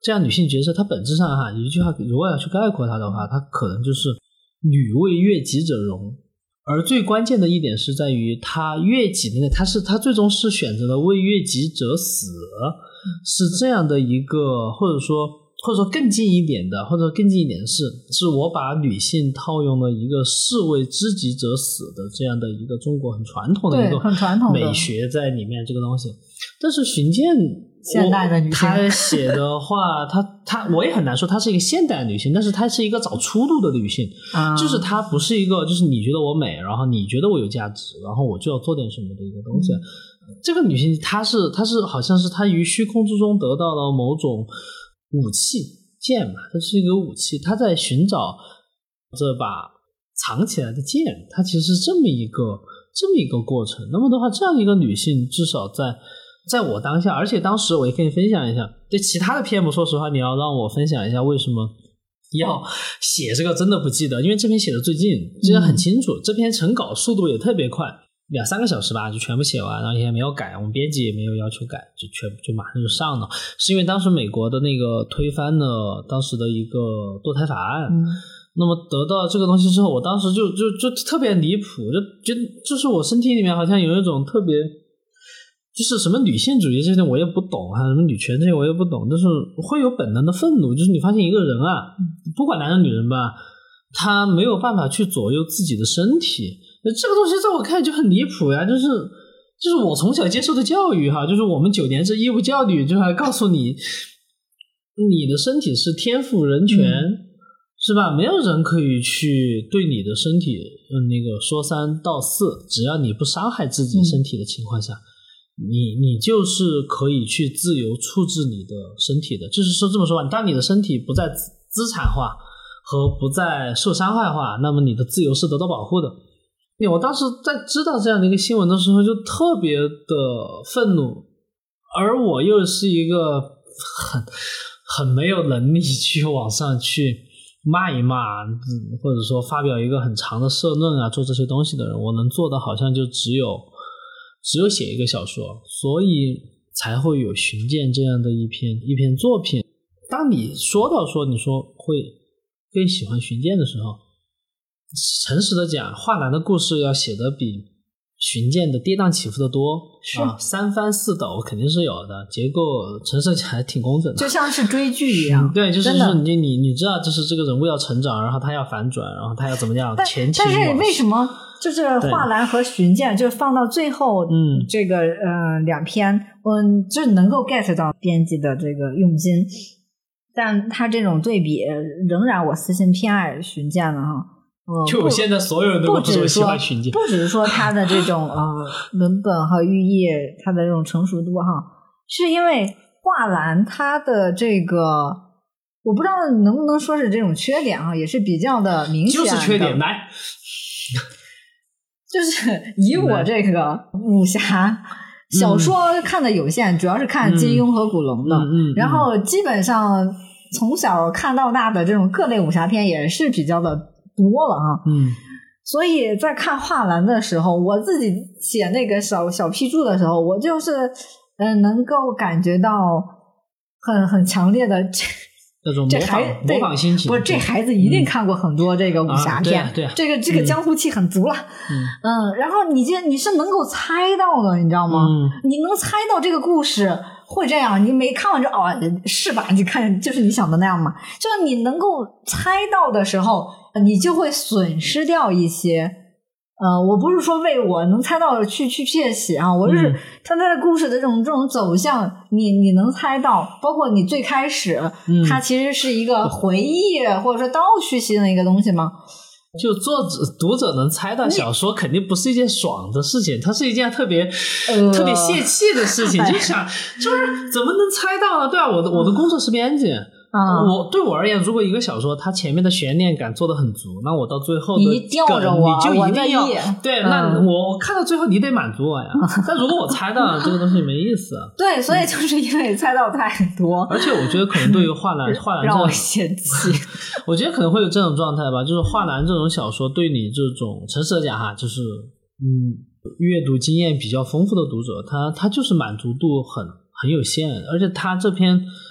这样女性角色她本质上一句话如果要去概括她的话，她可能就是女为悦己者容。而最关键的一点是在于她悦己的她最终是选择了为悦己者死，是这样的一个或者说更近一点的是我把女性套用了一个士为知己者死的这样的一个中国很传统的一个美学在里面这个东西。但是荀健现代的女性她写的话我也很难说她是一个现代女性，但是她是一个找出路的女性，就是她不是一个就是你觉得我美，然后你觉得我有价值，然后我就要做点什么的一个东西。这个女性她是好像是她于虚空之中得到了某种武器剑嘛，它是一个武器，她在寻找这把藏起来的剑，它其实是这么一个过程。那么的话，这样一个女性至少在我当下，而且当时我也跟你分享一下，对其他的篇目说实话你要让我分享一下为什么要写这个真的不记得，因为这篇写的最近记得很清楚，这篇成稿速度也特别快，2-3个小时吧就全部写完，然后也没有改，我们编辑也没有要求改，就马上就上了。是因为当时美国的那个推翻了当时的一个堕胎法案，那么得到这个东西之后，我当时就特别离谱，就是我身体里面好像有一种特别就是什么女性主义这些我也不懂什么女权这些我也不懂，就是会有本能的愤怒，就是你发现一个人不管男人女人吧，他没有办法去左右自己的身体，这个东西在我看就很离谱呀，就是我从小接受的教育就是我们9年制义务教育就还告诉你你的身体是天赋人权，是吧？没有人可以去对你的身体那个说3道4，只要你不伤害自己身体的情况下，你就是可以去自由处置你的身体的。就是说这么说吧，当你的身体不再资产化和不再受伤害化，那么你的自由是得到保护的。因为我当时在知道这样的一个新闻的时候就特别的愤怒，而我又是一个很没有能力去网上去骂一骂或者说发表一个很长的社论做这些东西的人，我能做的好像就只有写一个小说，所以才会有荀健这样的一篇作品。当你说到你说会更喜欢荀健的时候，诚实的讲，华南的故事要写的比荀健的跌宕起伏的多， 是 3翻4抖肯定是有的，结构诚实讲还挺工整的， 就像是追剧一样。 对，就是你知道，就是这个人物要成长，然后他要反转，然后他要怎么样前期。 但是为什么就是华南和荀健就放到最后这个2篇就能够 get 到编辑的这个用心，但他这种对比仍然我私心偏爱荀健了就我现在所有人都不是喜欢荀健， 不只是说他的这种文本和寓意，他的这种成熟度是因为华兰他的这个我不知道能不能说是这种缺点也是比较的明显的， 就是缺点来， 就是以我这个武侠小说看的有限，主要是看金庸和古龙的，然后基本上从小看到大的这种各类武侠片也是比较的多了所以在看华兰的时候，我自己写那个小批注的时候，我就是能够感觉到很强烈的那种模仿心情。 不是，这孩子一定看过很多这个武侠片， 对这个江湖气很足了。然后你是能够猜到的，你知道吗？你能猜到这个故事会这样，你没看完就是吧？你看就是你想的那样嘛。就是你能够猜到的时候，你就会损失掉一些。我不是说为我能猜到去窃喜我是他的故事的这种走向，你能猜到，包括你最开始它其实是一个回忆或者说倒叙性的一个东西吗？ 就读者能猜到小说肯定不是一件爽的事情，它是一件特别泄气的事情，就想就是怎么能猜到呢？对啊，我的工作是编辑对我而言，如果一个小说它前面的悬念感做得很足，那我到最后你吊着我， 你就一定要对， 那我看到最后你得满足我呀。但如果我猜到这个东西没意思对，所以就是因为猜到太多， 而且我觉得可能对于华兰让我嫌弃我觉得可能会有这种状态吧，就是华兰这种小说对你这种诚实的讲就是阅读经验比较丰富的读者，他就是满足度很有限，而且他这篇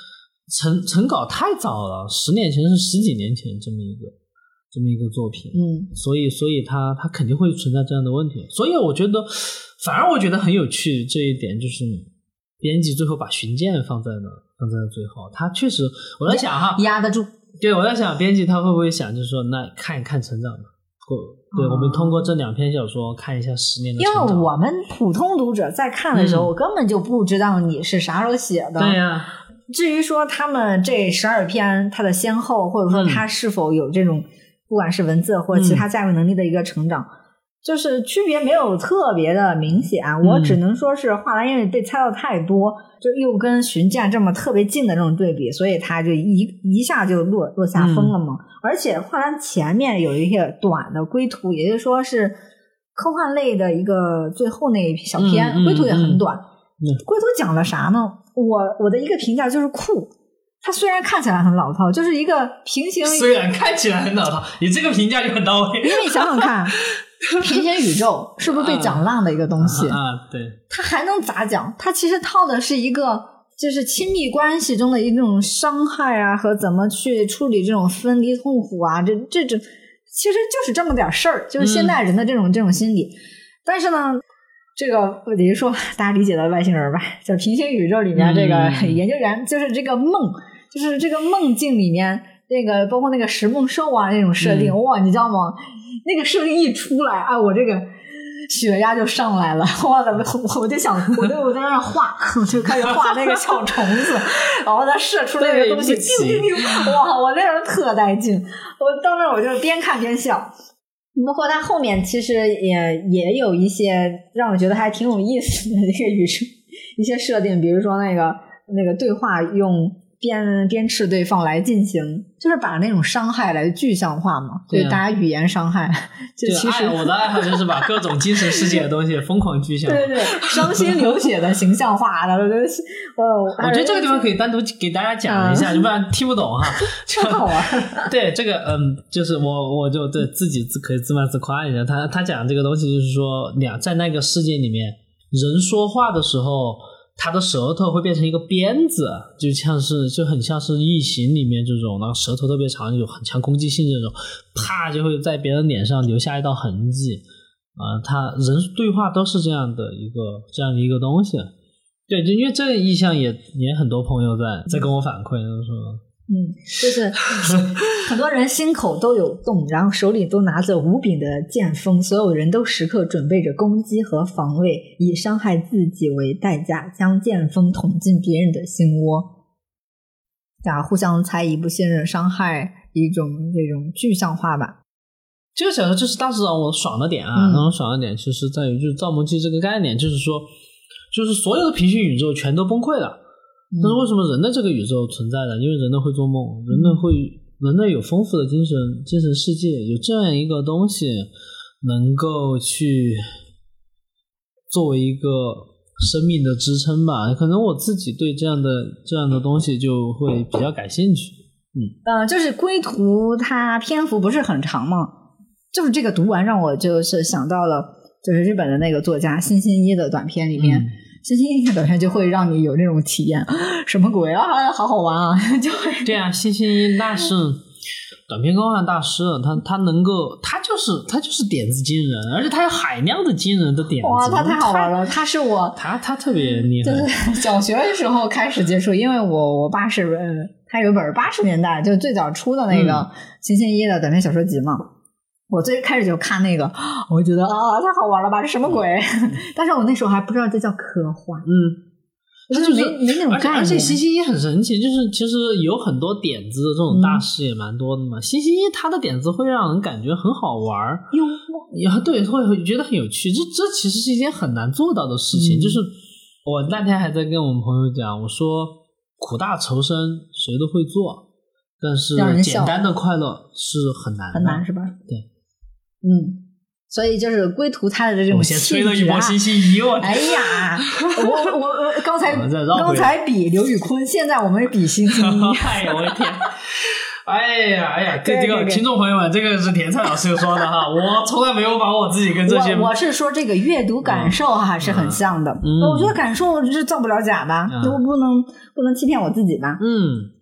成稿太早了，10年前是10几年前这么一个作品，所以它肯定会存在这样的问题。所以我觉得，反而我觉得很有趣这一点，就是编辑最后把寻剑放在最后，他确实我在想哈， 压得住。 对，我在想编辑他会不会想，就是说那看一看成长吧。对，我们通过这2篇小说看一下10年的成长。 因为我们普通读者在看的时候，我根本就不知道你是啥时候写的。 对呀。 至于说他们这12篇它的先后，或者说他是否有这种不管是文字或者其他驾驭能力的一个成长，就是区别没有特别的明显。我只能说是画廊因为被猜到太多，就又跟寻剑这么特别近的这种对比，所以他就一下就落下风了嘛。而且画廊前面有一些短的归途，也就是说是科幻类的一个最后那一小篇，归途也很短。归途讲了啥呢？我的一个评价就是酷。它虽然看起来很老套，就是一个平行， 虽然看起来很老套，你这个评价就很到位。 因为你想想看，平行宇宙是不是被讲烂的一个东西？ 对。它还能咋讲？它其实套的是一个就是亲密关系中的一种伤害啊，和怎么去处理这种分离痛苦啊，这其实就是这么点事儿，就是现代人的这种心理。但是呢，这个比如说大家理解的外星人吧，就平行宇宙里面这个研究员，就是这个梦，就是这个梦境里面那个包括那个食梦兽啊那种设定，哇，你知道吗？那个设定一出来，我这个血压就上来了，我就想，我在那画，我就开始画那个小虫子，然后它射出那个东西，哇，我那时候特带劲，我到那我就边看边笑。包括它后面其实也有一些让我觉得还挺有意思的这个语句一些设定，比如说那个对话用鞭笞对方来进行，就是把那种伤害来具象化嘛，对大家语言伤害，就其实我的爱好就是把各种精神世界的东西疯狂具象化， 对，伤心流血的形象化的。 我觉得这个地方可以单独给大家讲一下，不然听不懂哈。 很好玩。对， 这个就是我就对自己可以自卖自夸一下。他讲这个东西就是说，在那个世界里面，人说话的时候，他的舌头会变成一个鞭子，就很像是异形里面这种，然后舌头特别长，有很强攻击性这种，啪就会在别人脸上留下一道痕迹。他人对话都是这样的一个东西。对，就因为这个意象也很多朋友在跟我反馈，就是说。 就是很多人心口都有洞，然后手里都拿着无柄的剑锋，所有人都时刻准备着攻击和防卫，以伤害自己为代价，将剑锋捅进别人的心窝，互相猜疑、不信任、伤害，一种这种具象化吧。 这个小说就是当时让我爽的点啊，让我爽的点其实在于就是造梦记这个概念，就是说，就是所有的平行宇宙全都崩溃了。但是为什么人的这个宇宙存在呢？因为人类会做梦，人类有丰富的精神世界，有这样一个东西能够去作为一个生命的支撑吧。可能我自己对这样的东西就会比较感兴趣。 就是归途它篇幅不是很长嘛，就是这个读完让我就是想到了就是日本的那个作家新新一的短篇里面。新新一的短片就会让你有那种体验，什么鬼啊，好好玩啊，就会。 对啊，新新一那是短篇科幻大师，他能够，他就是点子惊人，而且他有海量的惊人的点子。 哇，他太好玩了，他是我他特别厉害。 就是小学的时候开始接触，因为我爸是他有本80年代就最早出的那个新新一的短篇小说集嘛。我最开始就看那个，我觉得太好玩了吧，这什么鬼？但是我那时候还不知道这叫科幻，就是没那种概念。 而且新新一很神奇，就是其实有很多点子，这种大师也蛮多的嘛。新新一他的点子会让人感觉很好玩， 幽默， 对，会觉得很有趣。这其实是一件很难做到的事情。就是我那天还在跟我们朋友讲，我说苦大仇深谁都会做，但是简单的快乐是很难的， 很难是吧？ 对。 所以就是归途他的这种气质啊，我先吹了一波新新一， 哎呀，我刚才比刘宇坤，现在我们比新新一， 哎呀，我的天！哎呀，这个听众朋友们，这个是田菜老师说的哈，我从来没有把我自己跟这些， 我是说这个阅读感受哈是很像的，我觉得感受是造不了假的，我不能欺骗我自己吧。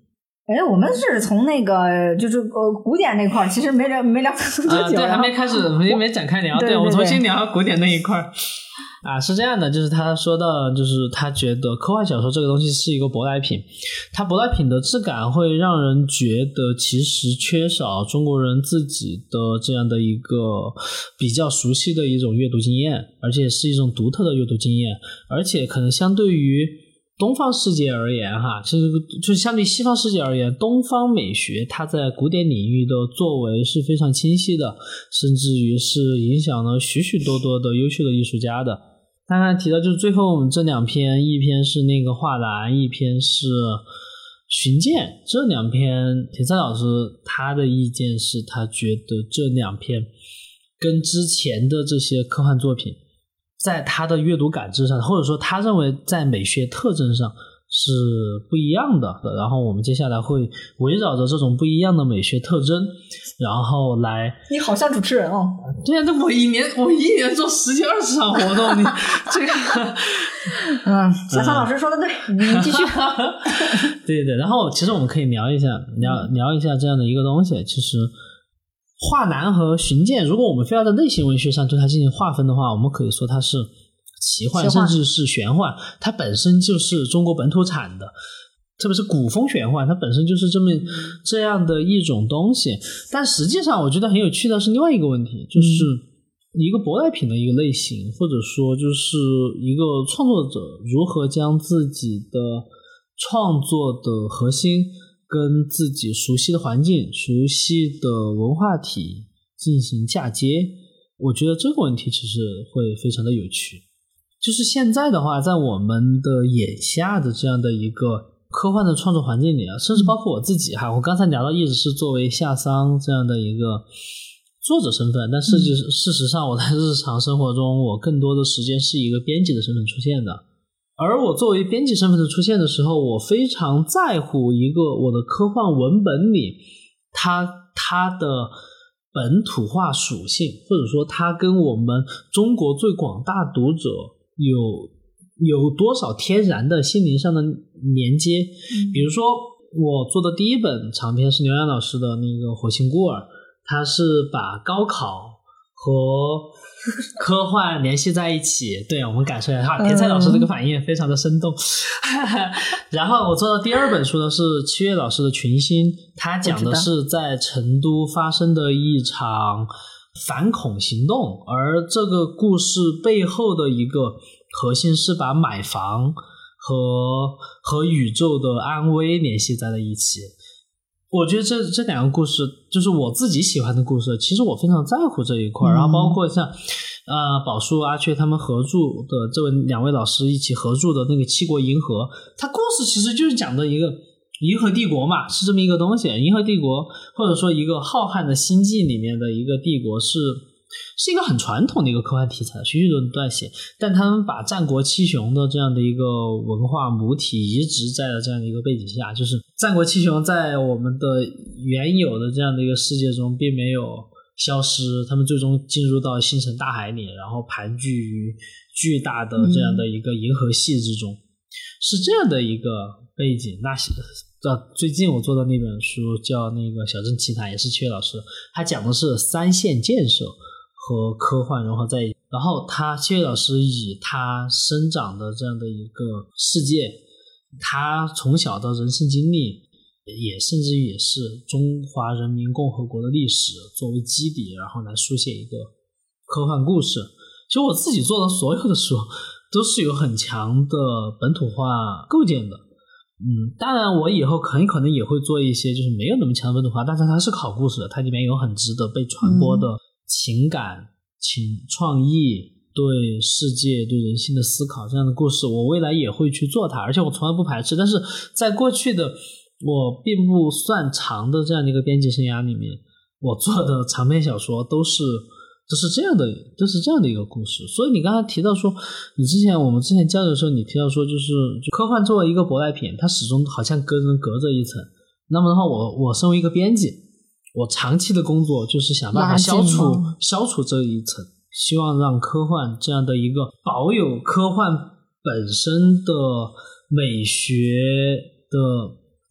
我们是从那个就是古典那块其实没聊多久， 对，还没开始没展开聊，对，我重新聊古典那一块是这样的，就是他说到，就是他觉得科幻小说这个东西是一个舶来品，它舶来品的质感会让人觉得其实缺少中国人自己的这样的一个比较熟悉的一种阅读经验，而且是一种独特的阅读经验，而且可能相对于东方世界而言其实就是相对西方世界而言，东方美学它在古典领域的作为是非常清晰的，甚至于是影响了许许多多的优秀的艺术家的。刚才提到就是最后我们这两篇，一篇是那个画栏，一篇是寻剑，这两篇田菜老师他的意见是他觉得这两篇跟之前的这些科幻作品在他的阅读感知上，或者说他认为在美学特征上是不一样的，然后我们接下来会围绕着这种不一样的美学特征，然后来。 你好像主持人哦。 对啊，我一年做10几20场活动，你这个小桑老师说的对，你继续。 对，然后其实我们可以聊一下这样的一个东西，其实画栏和寻剑，如果我们非要在类型文学上对它进行划分的话，我们可以说它是奇幻甚至是玄幻，它本身就是中国本土产的，特别是古风玄幻，它本身就是这样的一种东西。但实际上我觉得很有趣的是另外一个问题，就是一个舶来品的一个类型，或者说就是一个创作者如何将自己的创作的核心跟自己熟悉的环境、熟悉的文化体进行嫁接，我觉得这个问题其实会非常的有趣。就是现在的话，在我们的眼下的这样的一个科幻的创作环境里甚至包括我自己我刚才聊到一直是作为夏桑这样的一个作者身份，但事实上我在日常生活中我更多的时间是一个编辑的身份出现的。而我作为编辑身份的出现的时候，我非常在乎一个我的科幻文本里它的本土化属性，或者说它跟我们中国最广大读者有多少天然的心灵上的连接。比如说我做的第一本长篇是牛羊老师的那个火星孤儿，他是把高考和科幻联系在一起，对，我们感受一下田菜老师这个反应非常的生动。然后我做的第二本书呢是七月老师的群星，他讲的是在成都发生的一场反恐行动，而这个故事背后的一个核心是把买房和宇宙的安危联系在了一起。我觉得这两个故事就是我自己喜欢的故事，其实我非常在乎这一块。然后包括像宝树阿雀他们合著的这两位老师一起合著的那个七国银河，它故事其实就是讲的一个银河帝国嘛，是这么一个东西。银河帝国或者说一个浩瀚的星际里面的一个帝国是一个很传统的一个科幻题材，许许多多写，但他们把战国七雄的这样的一个文化母体移植在了这样的一个背景下，就是战国七雄在我们的原有的这样的一个世界中并没有消失，他们最终进入到星辰大海里，然后盘踞于巨大的这样的一个银河系之中，是这样的一个背景。那最近我做的那本书叫那个小镇奇谈，也是七月老师，他讲的是三线建设和科幻融合在一起。然后七月老师以他生长的这样的一个世界，他从小的人生经历，也甚至于也是中华人民共和国的历史作为基底，然后来书写一个科幻故事。其实我自己做的所有的书都是有很强的本土化构建的。当然我以后很可能也会做一些就是没有那么强的本土化，但是它是个好故事的，它里面有很值得被传播的情感、创意、对世界对人性的思考，这样的故事我未来也会去做它，而且我从来不排斥。但是在过去的我并不算长的这样的一个编辑生涯里面，我做的长篇小说都是这样的一个故事。所以你刚才提到说我们之前交流的时候你提到说就是科幻作为一个舶来品，它始终好像隔着一层。那么的话我身为一个编辑，我长期的工作就是想办法消除这一层，希望让科幻这样的一个保有科幻本身的美学的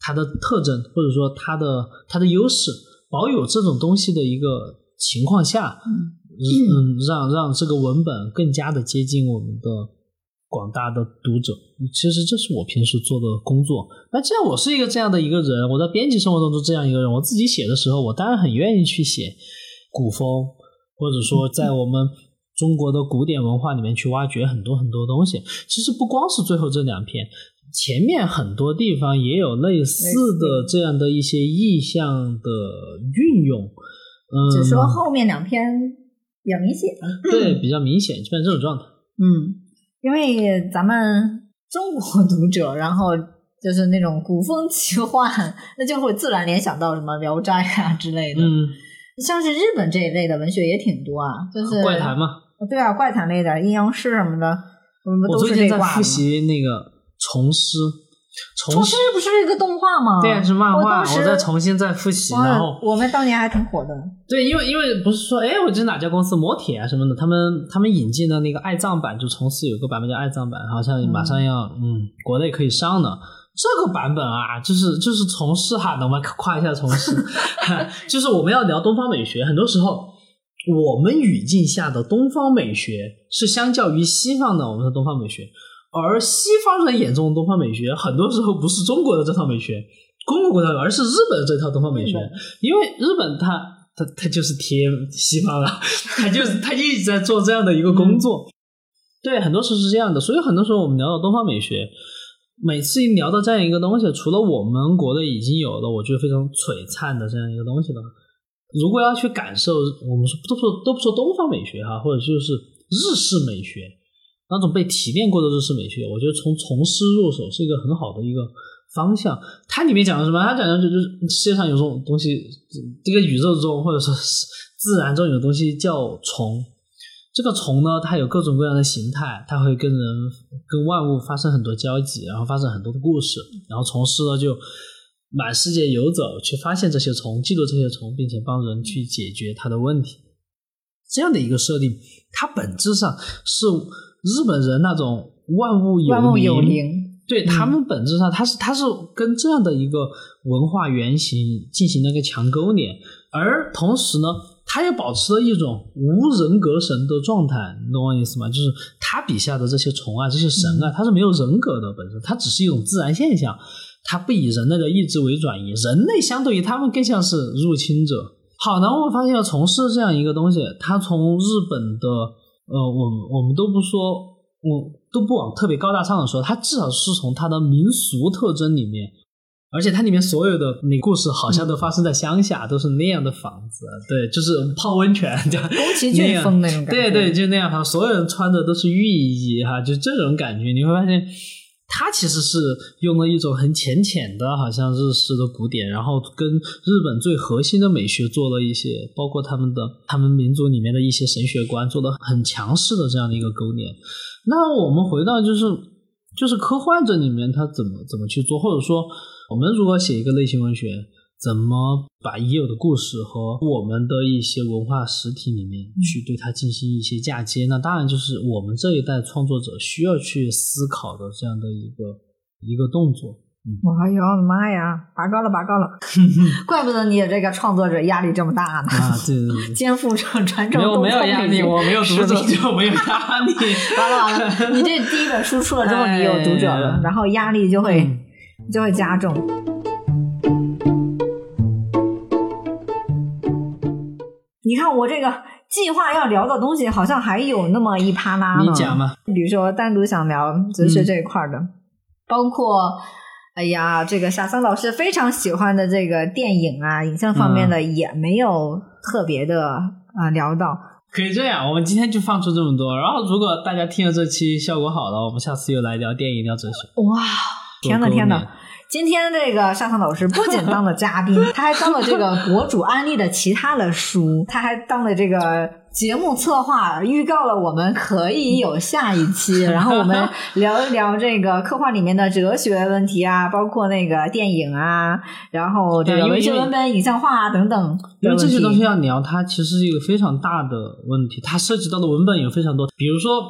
它的特征，或者说它的优势，保有这种东西的一个情况下，让这个文本更加的接近我们的广大的读者。其实这是我平时做的工作。那既然我是一个这样的一个人，我在编辑生活中这样一个人，我自己写的时候，我当然很愿意去写古风，或者说在我们中国的古典文化里面去挖掘很多很多东西。其实不光是最后这2篇，前面很多地方也有类似的这样的一些意象的运用。 只说后面2篇比较明显。 对，比较明显，基本这种状态。 因为咱们中国读者，然后就是那种古风奇幻，那就会自然联想到什么聊斋啊之类的。像是日本这一类的文学也挺多啊，就是怪谈嘛。 对啊，怪谈类的阴阳师什么的，我最近在复习那个虫师。 虫师不是一个动画吗？ 对啊，是漫画。我再重新再复习，然后我们当年还挺火的。 对，因为不是说我记得哪家公司磨铁啊什么的，他们引进了那个爱藏版，就虫师有个版本叫爱藏版，好像马上要国内可以上了。这个版本啊，就是虫师哈，我们夸一下虫师，就是我们要聊东方美学，很多时候我们语境下的东方美学是相较于西方的我们的东方美学。而西方人眼中的东方美学很多时候不是中国的这套美学，中国的，而是日本的这套东方美学。因为日本它就是贴西方了，它一直在做这样的一个工作。对，很多时候是这样的。所以很多时候我们聊到东方美学，每次一聊到这样一个东西，除了我们国内已经有了我觉得非常璀璨的这样一个东西的话，如果要去感受，我们都不说东方美学哈，或者就是日式美学，那种被提炼过的日式美学，我觉得从虫师入手是一个很好的一个方向。它里面讲的什么？它讲的就是世界上有种东西，这个宇宙中或者说自然中有东西叫虫。这个虫呢，它有各种各样的形态，它会跟万物发生很多交集，然后发生很多的故事。然后虫师呢就满世界游走，去发现这些虫，记录这些虫，并且帮人去解决它的问题。这样的一个设定，它本质上是日本人那种万物有灵，对，他们本质上它是跟这样的一个文化原型进行了一个强勾连，而同时呢，他也保持了一种无人格神的状态，你懂我意思吗？就是他笔下的这些虫啊，这些神啊，它是没有人格的，本身它只是一种自然现象，它不以人类的意志为转移，人类相对于他们更像是入侵者。好，然后我发现从事这样一个东西，它从日本的我们都不说，都不往特别高大上的说，它至少是从它的民俗特征里面，而且它里面所有的那故事好像都发生在乡下，都是那样的房子，对，就是泡温泉，宫崎骏风那种感觉， 对，就那样，所有人穿的都是浴衣哈，就这种感觉，你会发现。他其实是用了一种很浅的好像日式的古典，然后跟日本最核心的美学做了一些，包括他们民族里面的一些神学观做了很强势的这样的一个勾连。那我们回到就是科幻这里面他怎么去做，或者说我们如果写一个类型文学，怎么把已有的故事和我们的一些文化实体里面去对它进行一些嫁接，那当然就是我们这一代创作者需要去思考的这样的一个动作。 哎呦我的妈呀，拔高了怪不得你这个创作者压力这么大呢啊！对， 肩负着传承东方美学， 没有压力，我没有读者就没有压力。 完了，你这第一本书出了之后，你有读者了，然后压力就会加重。你看我这个计划要聊的东西好像还有那么一趴拉呢， 你讲嘛。 比如说单独想聊哲学这一块的，包括这个夏桑老师非常喜欢的这个电影啊影像方面的也没有特别的聊到。 可以这样，我们今天就放出这么多，然后如果大家听了这期效果好了，我们下次又来聊电影聊哲学。 哇，天哪，今天这个夏桑老师不仅当了嘉宾，他还当了这个博主安利的其他的书，他还当了这个节目策划，预告了我们可以有下一期，然后我们聊一聊这个科幻里面的哲学问题啊，包括那个电影啊，然后这个文学文本影像化啊等等。 因为这些东西要聊，它其实是一个非常大的问题，它涉及到的文本有非常多，比如说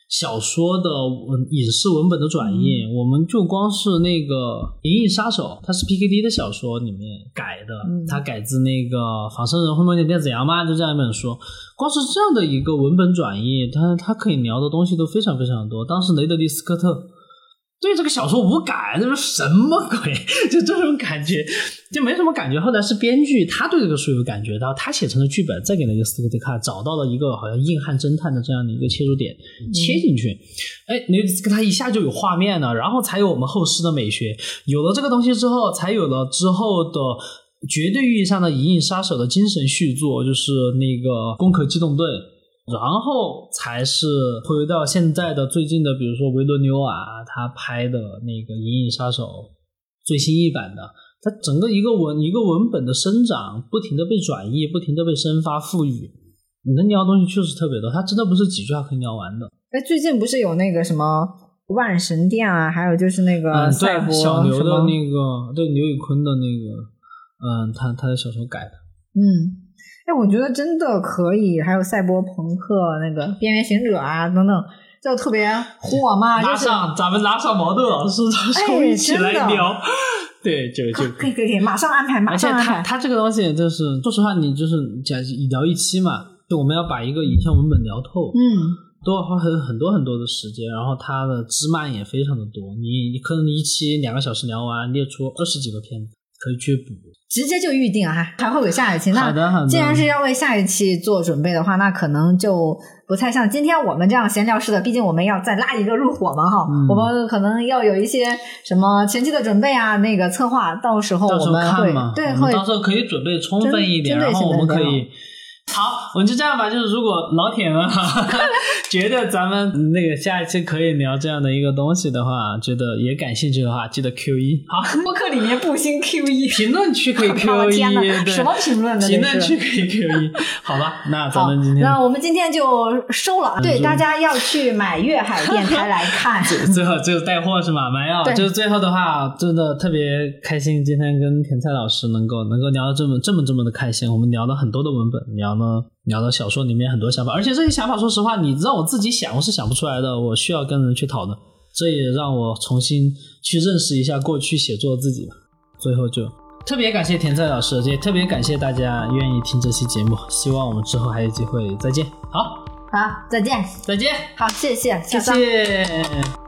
小说的影视文本的转译，我们就光是那个《银翼杀手》，它是 PKD 的小说里面改的，它改自那个《仿生人会梦见电子羊吗》，就这样一本书。光是这样的一个文本转译，它可以聊的东西都非常非常多。当时雷德利·斯科特对这个小说无感，这是什么鬼？就这种感觉，就没什么感觉。后来是编剧他对这个书有感觉到，他写成了剧本，再给那个斯科特看，找到了一个好像硬汉侦探的这样的一个切入点，切进去。雷德利·斯科特一下就有画面了，然后才有我们后世的美学。有了这个东西之后，才有了之后的绝对意义上的《银翼杀手》的精神续作，就是那个《攻壳机动队》。然后才是回到现在的最近的，比如说维伦纽瓦他拍的那个《银翼杀手》最新一版的，它整个一个文本的生长，不停的被转译，不停的被生发赋予，你能聊的东西确实特别多，它真的不是几句话可以聊完的。 最近不是有那个什么万神殿啊，还有就是那个赛博小牛的那个，对刘宇昆的那个，他的小说改的， 我觉得真的可以，还有赛博朋克那个边缘行者啊等等，就特别火嘛。 咱们拉上毛豆老师一起来聊，对，就可以，马上安排。而且他这个东西就是，说实话，你就是讲聊一期嘛，就我们要把一个影像文本聊透，都要花很多很多的时间，然后它的枝蔓也非常的多，你可能一期2个小时聊完，列出20几个片子可以去补。 直接就预定还会有下一期。 好的。 既然是要为下一期做准备的话，那可能就不太像今天我们这样闲聊式的，毕竟我们要再拉一个入伙嘛我们可能要有一些什么前期的准备啊，那个策划，到时候我们会会到时候可以准备充分一点，然后我们可以。好，我们就这样吧，就是如果老铁们觉得咱们那个下一期可以聊这样的一个东西的话，觉得也感兴趣的话，记得 Q1。好， 播客里面不兴 Q1， 评论区可以 Q1。 天哪，什么评论呢？ 评论区可以 Q1。好吧，那咱们今天， 那我们今天就收了。对，大家要去买粤海电台来看。 最后就是带货是吗？买药。就是最后的话，真的特别开心，今天跟甜菜老师能够聊得这么的开心。我们聊了很多的文本，聊到小说里面很多想法，而且这些想法说实话你让我自己想我是想不出来的，我需要跟人去讨论，这也让我重新去认识一下过去写作自己吧。最后就特别感谢甜菜老师，也特别感谢大家愿意听这期节目，希望我们之后还有机会再见。好， 再见。 再见。 好，谢谢。 谢谢。